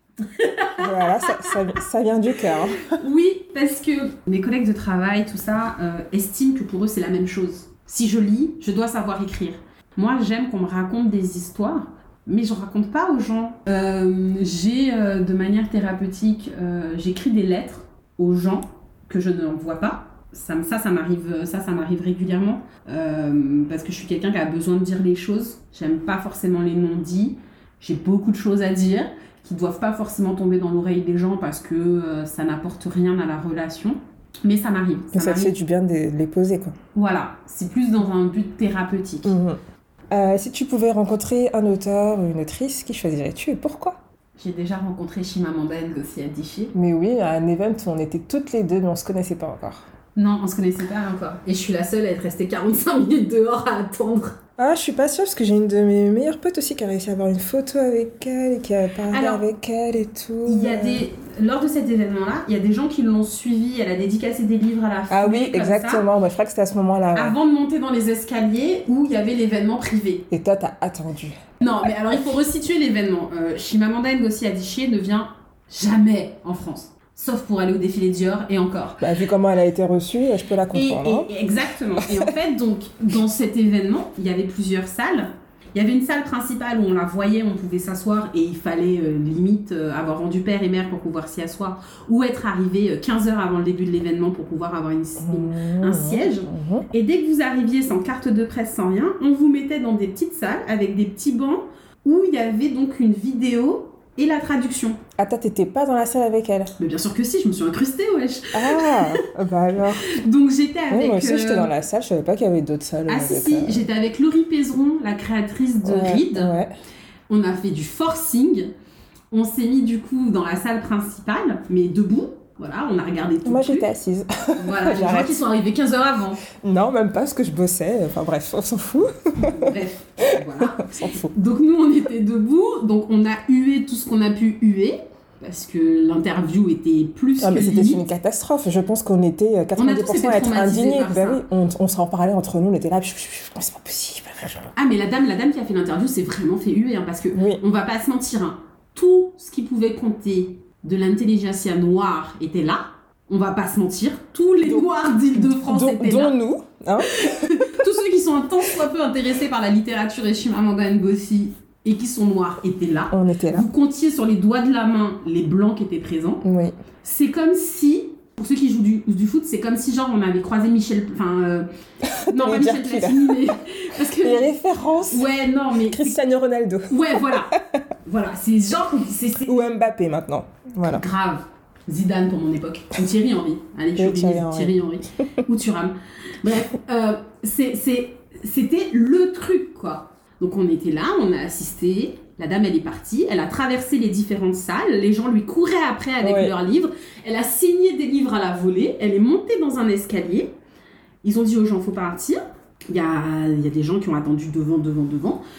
Speaker 3: Voilà, ça, ça, ça vient du cœur.
Speaker 2: Oui, parce que mes collègues de travail, tout ça, euh, estiment que pour eux c'est la même chose. Si je lis, je dois savoir écrire. Moi, j'aime qu'on me raconte des histoires, mais je ne raconte pas aux gens. Euh, j'ai, euh, de manière thérapeutique, euh, j'écris des lettres aux gens que je n'envoie pas. Ça, ça, ça, m'arrive, ça, ça m'arrive régulièrement, euh, parce que je suis quelqu'un qui a besoin de dire les choses. J'aime pas forcément les non-dits. J'ai beaucoup de choses à dire qui ne doivent pas forcément tomber dans l'oreille des gens parce que euh, ça n'apporte rien à la relation. Mais ça m'arrive. Ça,
Speaker 3: Mais ça
Speaker 2: m'arrive.
Speaker 3: te fait du bien de les poser, quoi.
Speaker 2: Voilà, c'est plus dans un but thérapeutique.
Speaker 3: Mmh. Euh, si tu pouvais rencontrer un auteur ou une autrice, qui choisirais-tu et pourquoi?
Speaker 2: J'ai déjà rencontré Chimamanda Ngozi Adichie.
Speaker 3: Mais oui, à un event où on était toutes les deux, mais on se connaissait pas encore.
Speaker 2: Non, on se connaissait pas encore. Et je suis la seule à être restée quarante-cinq minutes dehors à attendre.
Speaker 3: Ah, je suis pas sûre, parce que j'ai une de mes meilleures potes aussi qui a réussi à avoir une photo avec elle et qui a parlé
Speaker 2: Alors,
Speaker 3: avec elle et tout.
Speaker 2: Il y a des... Lors de cet événement-là, il y a des gens qui l'ont suivie. Elle a dédicacé des livres à la fin.
Speaker 3: Ah oui, exactement. Moi, je crois que c'était à ce moment-là. Ouais.
Speaker 2: Avant de monter dans les escaliers où il y avait l'événement privé.
Speaker 3: Et toi, t'as attendu.
Speaker 2: Non, mais alors il faut resituer l'événement. Euh, Chimamanda Ngozi Adichie ne vient jamais en France. Sauf pour aller au défilé Dior, et encore.
Speaker 3: Bah, vu comment elle a été reçue, je peux la comprendre.
Speaker 2: Et, et, exactement. Et en fait, donc, dans cet événement, il y avait plusieurs salles. Il y avait une salle principale où on la voyait, on pouvait s'asseoir et il fallait euh, limite euh, avoir rendu père et mère pour pouvoir s'y asseoir ou être arrivé quinze heures avant le début de l'événement pour pouvoir avoir une, une, un siège. Mmh. Et dès que vous arriviez sans carte de presse, sans rien, on vous mettait dans des petites salles avec des petits bancs où il y avait donc une vidéo et la traduction.
Speaker 3: Ah, toi, t'étais pas dans la salle avec elle?
Speaker 2: Mais bien sûr que si, je me suis incrustée, wesh.
Speaker 3: Ah, bah alors.
Speaker 2: Donc j'étais avec...
Speaker 3: Oui, moi aussi,
Speaker 2: euh...
Speaker 3: j'étais dans la salle, je savais pas qu'il y avait d'autres salles.
Speaker 2: Ah si, si, euh... j'étais avec Laurie Pézeron, la créatrice de
Speaker 3: ouais,
Speaker 2: Reed.
Speaker 3: Ouais.
Speaker 2: On a fait du forcing. On s'est mis du coup dans la salle principale, mais debout. Voilà, on a regardé tout.
Speaker 3: Moi,
Speaker 2: le
Speaker 3: j'étais assise.
Speaker 2: Voilà, les gens qui sont arrivés quinze heures avant.
Speaker 3: Non, même pas, parce que je bossais. Enfin bref, on s'en fout.
Speaker 2: Bref, voilà.
Speaker 3: On s'en fout.
Speaker 2: Donc nous, on était debout. Donc on a hué tout ce qu'on a pu huer. Parce que l'interview était plus
Speaker 3: ah,
Speaker 2: que
Speaker 3: mais c'était
Speaker 2: limite.
Speaker 3: une catastrophe. Je pense qu'on était quatre-vingt-dix pour cent à être indignés. Bah oui, on, on s'en parlait entre nous, on était là, non, c'est pas possible.
Speaker 2: Ah, mais la dame, la dame qui a fait l'interview s'est vraiment fait huer. Hein, parce que
Speaker 3: oui.
Speaker 2: On va pas se mentir. Hein, tout ce qui pouvait compter de l'intelligentsia noire était là. On va pas se mentir, tous les donc, noirs d'Île-de-France étaient
Speaker 3: dont
Speaker 2: là.
Speaker 3: Dont nous. Hein.
Speaker 2: Tous ceux qui sont un tant soit peu intéressés par la littérature et Chimamanda Ngozi et qui sont noirs étaient là.
Speaker 3: On était là.
Speaker 2: Vous comptiez sur les doigts de la main les blancs qui étaient présents.
Speaker 3: Oui.
Speaker 2: C'est comme si, pour ceux qui jouent du, du foot, c'est comme si genre on avait croisé Michel... Enfin, euh, non pas Michel Platini, mais... Parce que,
Speaker 3: les références.
Speaker 2: Ouais, non, mais...
Speaker 3: Cristiano Ronaldo.
Speaker 2: Ouais, voilà. Voilà, c'est genre... C'est, c'est...
Speaker 3: Ou Mbappé maintenant. Voilà.
Speaker 2: Grave. Zidane pour mon époque. Ou Thierry Henry. Allez, je suis Thierry, Thierry Henry. Ou Thuram. Bref, euh, c'est, c'est, c'était le truc, quoi. Donc on était là, on a assisté. La dame, elle est partie. Elle a traversé les différentes salles. Les gens lui couraient après avec ouais. leurs livres. Elle a signé des livres à la volée. Elle est montée dans un escalier. Ils ont dit aux gens, faut partir. Il y a, il y a des gens qui ont attendu devant, devant, devant.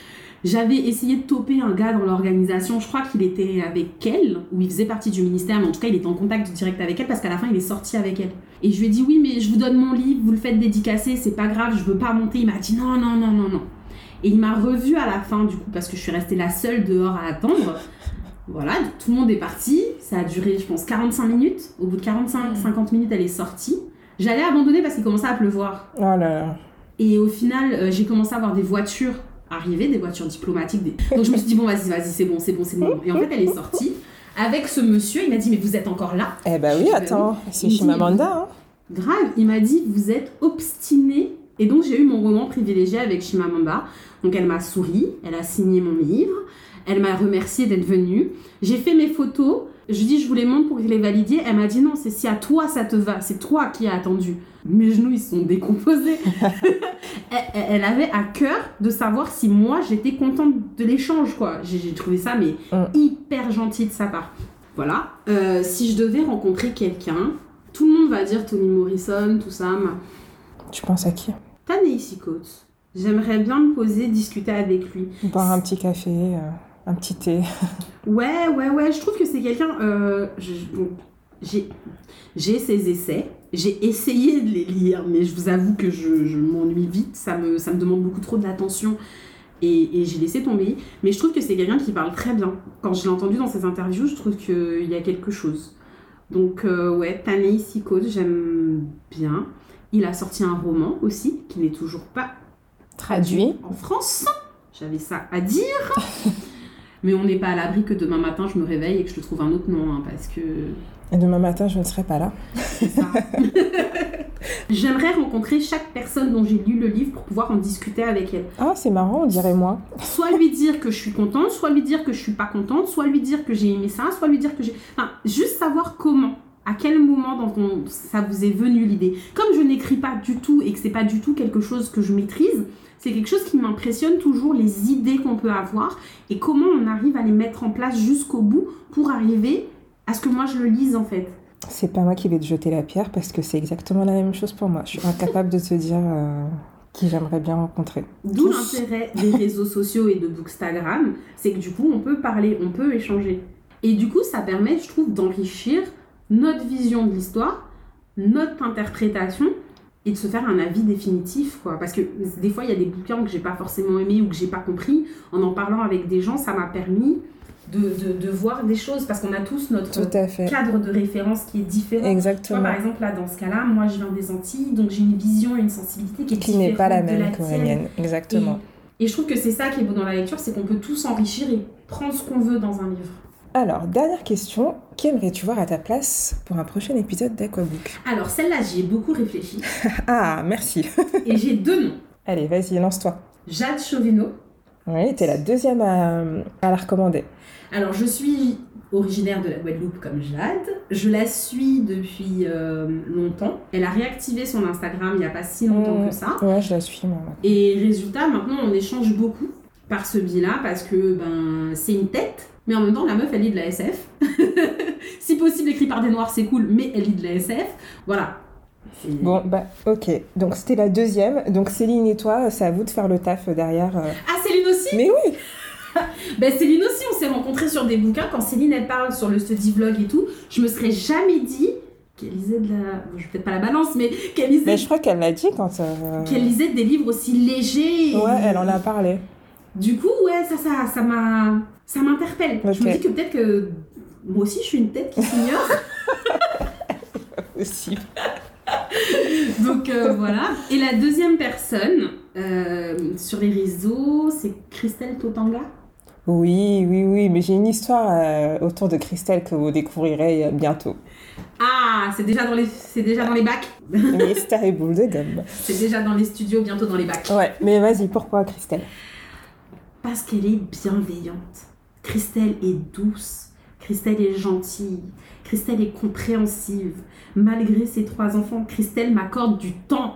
Speaker 2: J'avais essayé de toper un gars dans l'organisation, je crois qu'il était avec elle, ou il faisait partie du ministère, mais en tout cas il était en contact direct avec elle parce qu'à la fin il est sorti avec elle. Et je lui ai dit oui mais je vous donne mon livre, vous le faites dédicacer, c'est pas grave, je veux pas monter. Il m'a dit non, non, non, non, non. Et il m'a revue à la fin du coup parce que je suis restée la seule dehors à attendre. Voilà, tout le monde est parti, ça a duré je pense quarante-cinq minutes. Au bout de quarante-cinq cinquante minutes elle est sortie. J'allais abandonner parce qu'il commençait à pleuvoir.
Speaker 3: Oh là là.
Speaker 2: Et au final euh, j'ai commencé à voir des voitures arriver, des voitures diplomatiques. Des... Donc je me suis dit, bon, vas-y, vas-y, c'est bon, c'est bon, c'est bon. Et en fait, elle est sortie avec ce monsieur. Il m'a dit, mais vous êtes encore là?
Speaker 3: Eh ben oui, attends, c'est Chimamanda. Hein.
Speaker 2: Grave, il m'a dit, vous êtes obstiné. Et donc, j'ai eu mon moment privilégié avec Chimamanda. Donc, elle m'a souri, elle a signé mon livre, elle m'a remercié d'être venue. J'ai fait mes photos. Je lui ai dit, je vous les montre pour que je les validiez. Elle m'a dit, non, c'est si à toi ça te va, c'est toi qui as attendu. Mes genoux, ils sont décomposés. elle, elle avait à cœur de savoir si moi, j'étais contente de l'échange, quoi. J'ai, j'ai trouvé ça, mais mm. hyper gentil de sa part. Voilà. Euh, si je devais rencontrer quelqu'un, tout le monde va dire Toni Morrison, tout ça. Ma...
Speaker 3: Tu penses à qui?
Speaker 2: Ta-Nehisi Coates. J'aimerais bien me poser, discuter avec lui.
Speaker 3: Boire un petit café, euh, un petit thé.
Speaker 2: Ouais, ouais, ouais. Je trouve que c'est quelqu'un... Euh, je, bon, j'ai, j'ai ses essais. J'ai essayé de les lire, mais je vous avoue que je, je m'ennuie vite. Ça me, ça me demande beaucoup trop d'attention. Et, et j'ai laissé tomber. Mais je trouve que c'est quelqu'un qui parle très bien. Quand je l'ai entendu dans ses interviews, je trouve qu'il y a quelque chose. Donc, euh, ouais, Ta-Nehisi Coates, j'aime bien. Il a sorti un roman aussi, qui n'est toujours pas
Speaker 3: traduit
Speaker 2: en France. J'avais ça à dire. Mais on n'est pas à l'abri que demain matin, je me réveille et que je te trouve un autre nom, hein, parce que...
Speaker 3: Et demain matin, je ne serai pas là.
Speaker 2: C'est ça. J'aimerais rencontrer chaque personne dont j'ai lu le livre pour pouvoir en discuter avec elle.
Speaker 3: Ah, c'est marrant, on dirait moi.
Speaker 2: Soit lui dire que je suis contente, soit lui dire que je suis pas contente, soit lui dire que j'ai aimé ça, soit lui dire que j'ai... Enfin, juste savoir comment, à quel moment dans ton... ça vous est venu l'idée. Comme je n'écris pas du tout et que c'est pas du tout quelque chose que je maîtrise, c'est quelque chose qui m'impressionne toujours, les idées qu'on peut avoir et comment on arrive à les mettre en place jusqu'au bout pour arriver à ce que moi je le lise en fait.
Speaker 3: C'est pas moi qui vais te jeter la pierre parce que c'est exactement la même chose pour moi. Je suis incapable de te dire euh, qui j'aimerais bien rencontrer.
Speaker 2: D'où Tous. L'intérêt des réseaux sociaux et de Bookstagram, c'est que du coup on peut parler, on peut échanger. Et du coup ça permet, je trouve, d'enrichir notre vision de l'histoire, notre interprétation et de se faire un avis définitif, quoi. Parce que des fois il y a des bouquins que j'ai pas forcément aimés ou que j'ai pas compris. En en parlant avec des gens, ça m'a permis De, de, de voir des choses, parce qu'on a tous notre cadre de référence qui est différent.
Speaker 3: Exactement.
Speaker 2: Toi, par exemple, là, dans ce cas-là, moi, je viens des Antilles, donc j'ai une vision et une sensibilité qui est
Speaker 3: qui
Speaker 2: différente
Speaker 3: n'est pas la même
Speaker 2: de la
Speaker 3: que la mienne. Exactement.
Speaker 2: Et, et je trouve que c'est ça qui est beau dans la lecture, c'est qu'on peut tous s'enrichir et prendre ce qu'on veut dans un livre.
Speaker 3: Alors, dernière question, qui aimerais-tu voir à ta place pour un prochain épisode d'Aquabook?
Speaker 2: Alors, celle-là, j'y ai beaucoup réfléchi.
Speaker 3: Ah, merci.
Speaker 2: Et j'ai deux noms.
Speaker 3: Allez, vas-y, lance-toi.
Speaker 2: Jade Chauvineau.
Speaker 3: Oui, t'es la deuxième à, à la recommander.
Speaker 2: Alors, je suis originaire de la Guadeloupe comme Jade. Je la suis depuis euh, longtemps. Elle a réactivé son Instagram il n'y a pas si longtemps
Speaker 3: mmh,
Speaker 2: que ça.
Speaker 3: Ouais, je la suis, moi.
Speaker 2: Et résultat, maintenant, on échange beaucoup par ce biais-là parce que ben, c'est une tête, mais en même temps, la meuf, elle lit de la S F. Si possible, écrit par des noirs, c'est cool, mais elle lit de la S F. Voilà. C'est...
Speaker 3: Bon, bah, ok. Donc, c'était la deuxième. Donc, Céline et toi, c'est à vous de faire le taf derrière. Euh...
Speaker 2: Ah, Céline aussi?
Speaker 3: Mais oui!
Speaker 2: Ben Céline aussi, on s'est rencontrés sur des bouquins. Quand Céline elle parle sur le study vlog et tout, je me serais jamais dit qu'elle lisait de la... Bon, je vais peut-être pas la balance, mais qu'elle lisait...
Speaker 3: Mais je crois qu'elle l'a dit quand... Euh...
Speaker 2: Qu'elle lisait des livres aussi légers. Et...
Speaker 3: Ouais, elle en a parlé.
Speaker 2: Du coup, ouais, ça, ça, ça, m'a... ça m'interpelle. Okay. Je me dis que peut-être que moi aussi, je suis une tête qui s'ignore.
Speaker 3: Aussi.
Speaker 2: Donc euh, voilà. Et la deuxième personne euh, sur les réseaux, c'est Christelle Totanga.
Speaker 3: Oui, oui, oui, mais j'ai une histoire euh, autour de Christelle que vous découvrirez bientôt.
Speaker 2: Ah, c'est déjà dans les, c'est déjà dans les bacs.
Speaker 3: Mystère et boule de gomme.
Speaker 2: C'est déjà dans les studios, bientôt dans les bacs.
Speaker 3: Ouais, mais vas-y, pourquoi Christelle?
Speaker 2: Parce qu'elle est bienveillante. Christelle est douce. Christelle est gentille. Christelle est compréhensive. Malgré ses trois enfants, Christelle m'accorde du temps.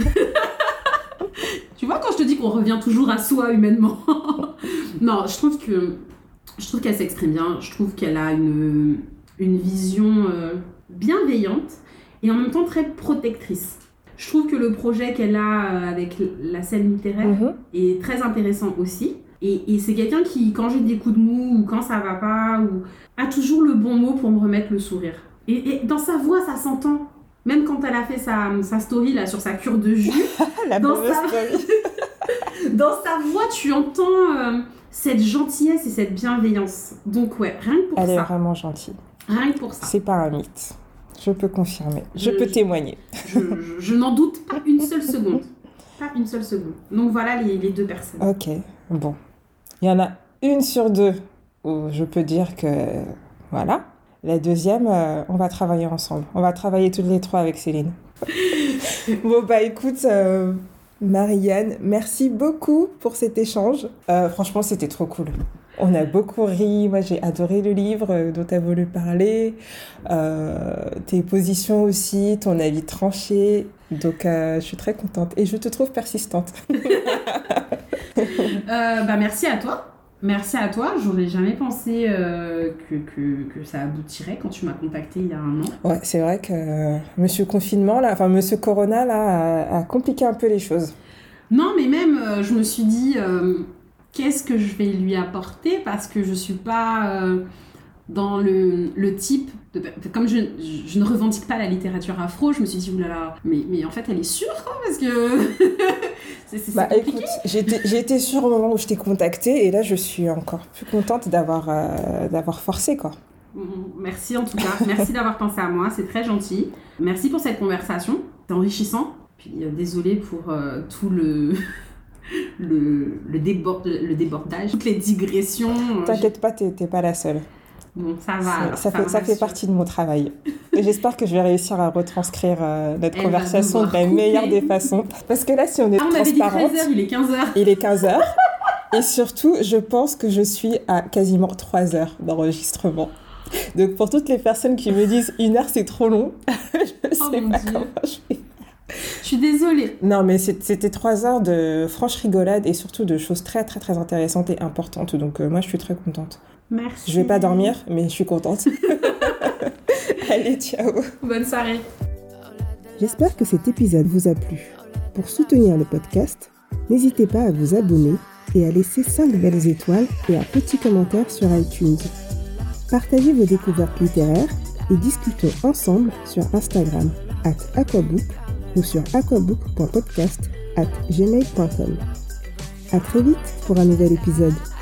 Speaker 2: Tu vois quand je te dis qu'on revient toujours à soi humainement. Non, je trouve que je trouve qu'elle s'exprime bien. Je trouve qu'elle a une, une vision euh, bienveillante et en même temps très protectrice. Je trouve que le projet qu'elle a avec la scène littéraire mmh. est très intéressant aussi. Et, et c'est quelqu'un qui, quand j'ai des coups de mou ou quand ça va pas, ou, a toujours le bon mot pour me remettre le sourire. Et, et dans sa voix, ça s'entend. Même quand elle a fait sa, sa story là, sur sa cure de jus,
Speaker 3: La
Speaker 2: dans,
Speaker 3: mauvaise
Speaker 2: sa...
Speaker 3: story.
Speaker 2: dans sa voix, tu entends euh, cette gentillesse et cette bienveillance. Donc ouais, rien que pour
Speaker 3: Elle
Speaker 2: ça.
Speaker 3: est vraiment gentille.
Speaker 2: Rien que pour ça.
Speaker 3: C'est pas un mythe. Je peux confirmer. Je,
Speaker 2: Je-
Speaker 3: peux
Speaker 2: je-
Speaker 3: témoigner.
Speaker 2: Je, je- je n'en doute pas une seule seconde. Pas une seule seconde. Donc voilà les, les deux personnes.
Speaker 3: Ok, bon. Il y en a une sur deux où je peux dire que... Voilà. La deuxième, euh, on va travailler ensemble. On va travailler toutes les trois avec Céline. Bon, bah écoute, euh, Marie-Anne, merci beaucoup pour cet échange. Euh, franchement, c'était trop cool. On a beaucoup ri. Moi, j'ai adoré le livre euh, dont tu as voulu parler. Euh, tes positions aussi, ton avis tranché. Donc, euh, je suis très contente. Et je te trouve persistante.
Speaker 2: Euh, bah merci à toi. Merci à toi. J'aurais jamais pensé euh, que, que, que ça aboutirait quand tu m'as contacté il y a un an.
Speaker 3: Ouais, c'est vrai que euh, Monsieur Confinement, là, enfin Monsieur Corona, là, a, a compliqué un peu les choses.
Speaker 2: Non, mais même, euh, je me suis dit, euh, qu'est-ce que je vais lui apporter parce que je suis pas euh, dans le, le type de... Comme je, je ne revendique pas la littérature afro, je me suis dit, oulala, mais, mais en fait, elle est sûre, quoi, parce que... c'est, c'est,
Speaker 3: Bah
Speaker 2: c'est compliqué.
Speaker 3: écoute, j'étais, j'ai été sûre au moment où je t'ai contactée et là, je suis encore plus contente d'avoir, euh, d'avoir forcé, quoi.
Speaker 2: Merci en tout cas, merci d'avoir pensé à moi, c'est très gentil. Merci pour cette conversation, c'est enrichissant. Puis euh, désolée pour euh, tout le, le, le, débord, le débordage, toutes les digressions. euh,
Speaker 3: T'inquiète pas, t'es, t'es pas la seule.
Speaker 2: j'ai- Bon, ça va.
Speaker 3: C'est-
Speaker 2: alors,
Speaker 3: ça,
Speaker 2: ça
Speaker 3: fait,
Speaker 2: me
Speaker 3: ça fait
Speaker 2: rassure.
Speaker 3: partie de mon travail. Et j'espère que je vais réussir à retranscrire euh, notre
Speaker 2: Elle va
Speaker 3: conversation de
Speaker 2: devoir
Speaker 3: la meilleure
Speaker 2: couper.
Speaker 3: des façons. Parce que là, si on est
Speaker 2: Ah, on avait dit
Speaker 3: transparente,
Speaker 2: treize heures, il est quinze heures.
Speaker 3: il est quinze heures. Et surtout, je pense que je suis à quasiment trois heures d'enregistrement. Donc pour toutes les personnes qui me disent une heure c'est trop long, je sais
Speaker 2: Oh mon
Speaker 3: pas
Speaker 2: Dieu.
Speaker 3: comment je fais.
Speaker 2: Je suis désolée.
Speaker 3: Non mais c'est- c'était trois heures de franche rigolade et surtout de choses très très très intéressantes et importantes. Donc euh, moi je suis très contente.
Speaker 2: Merci.
Speaker 3: Je vais pas dormir mais je suis contente. Allez, ciao.
Speaker 2: Bonne soirée.
Speaker 4: J'espère que cet épisode vous a plu. Pour soutenir le podcast, n'hésitez pas à vous abonner et à laisser cinq belles étoiles et un petit commentaire sur iTunes. Partagez vos découvertes littéraires et discutons ensemble sur Instagram arobase aquabook ou sur aquabook point podcast arobase gmail point com. À très vite pour un nouvel épisode.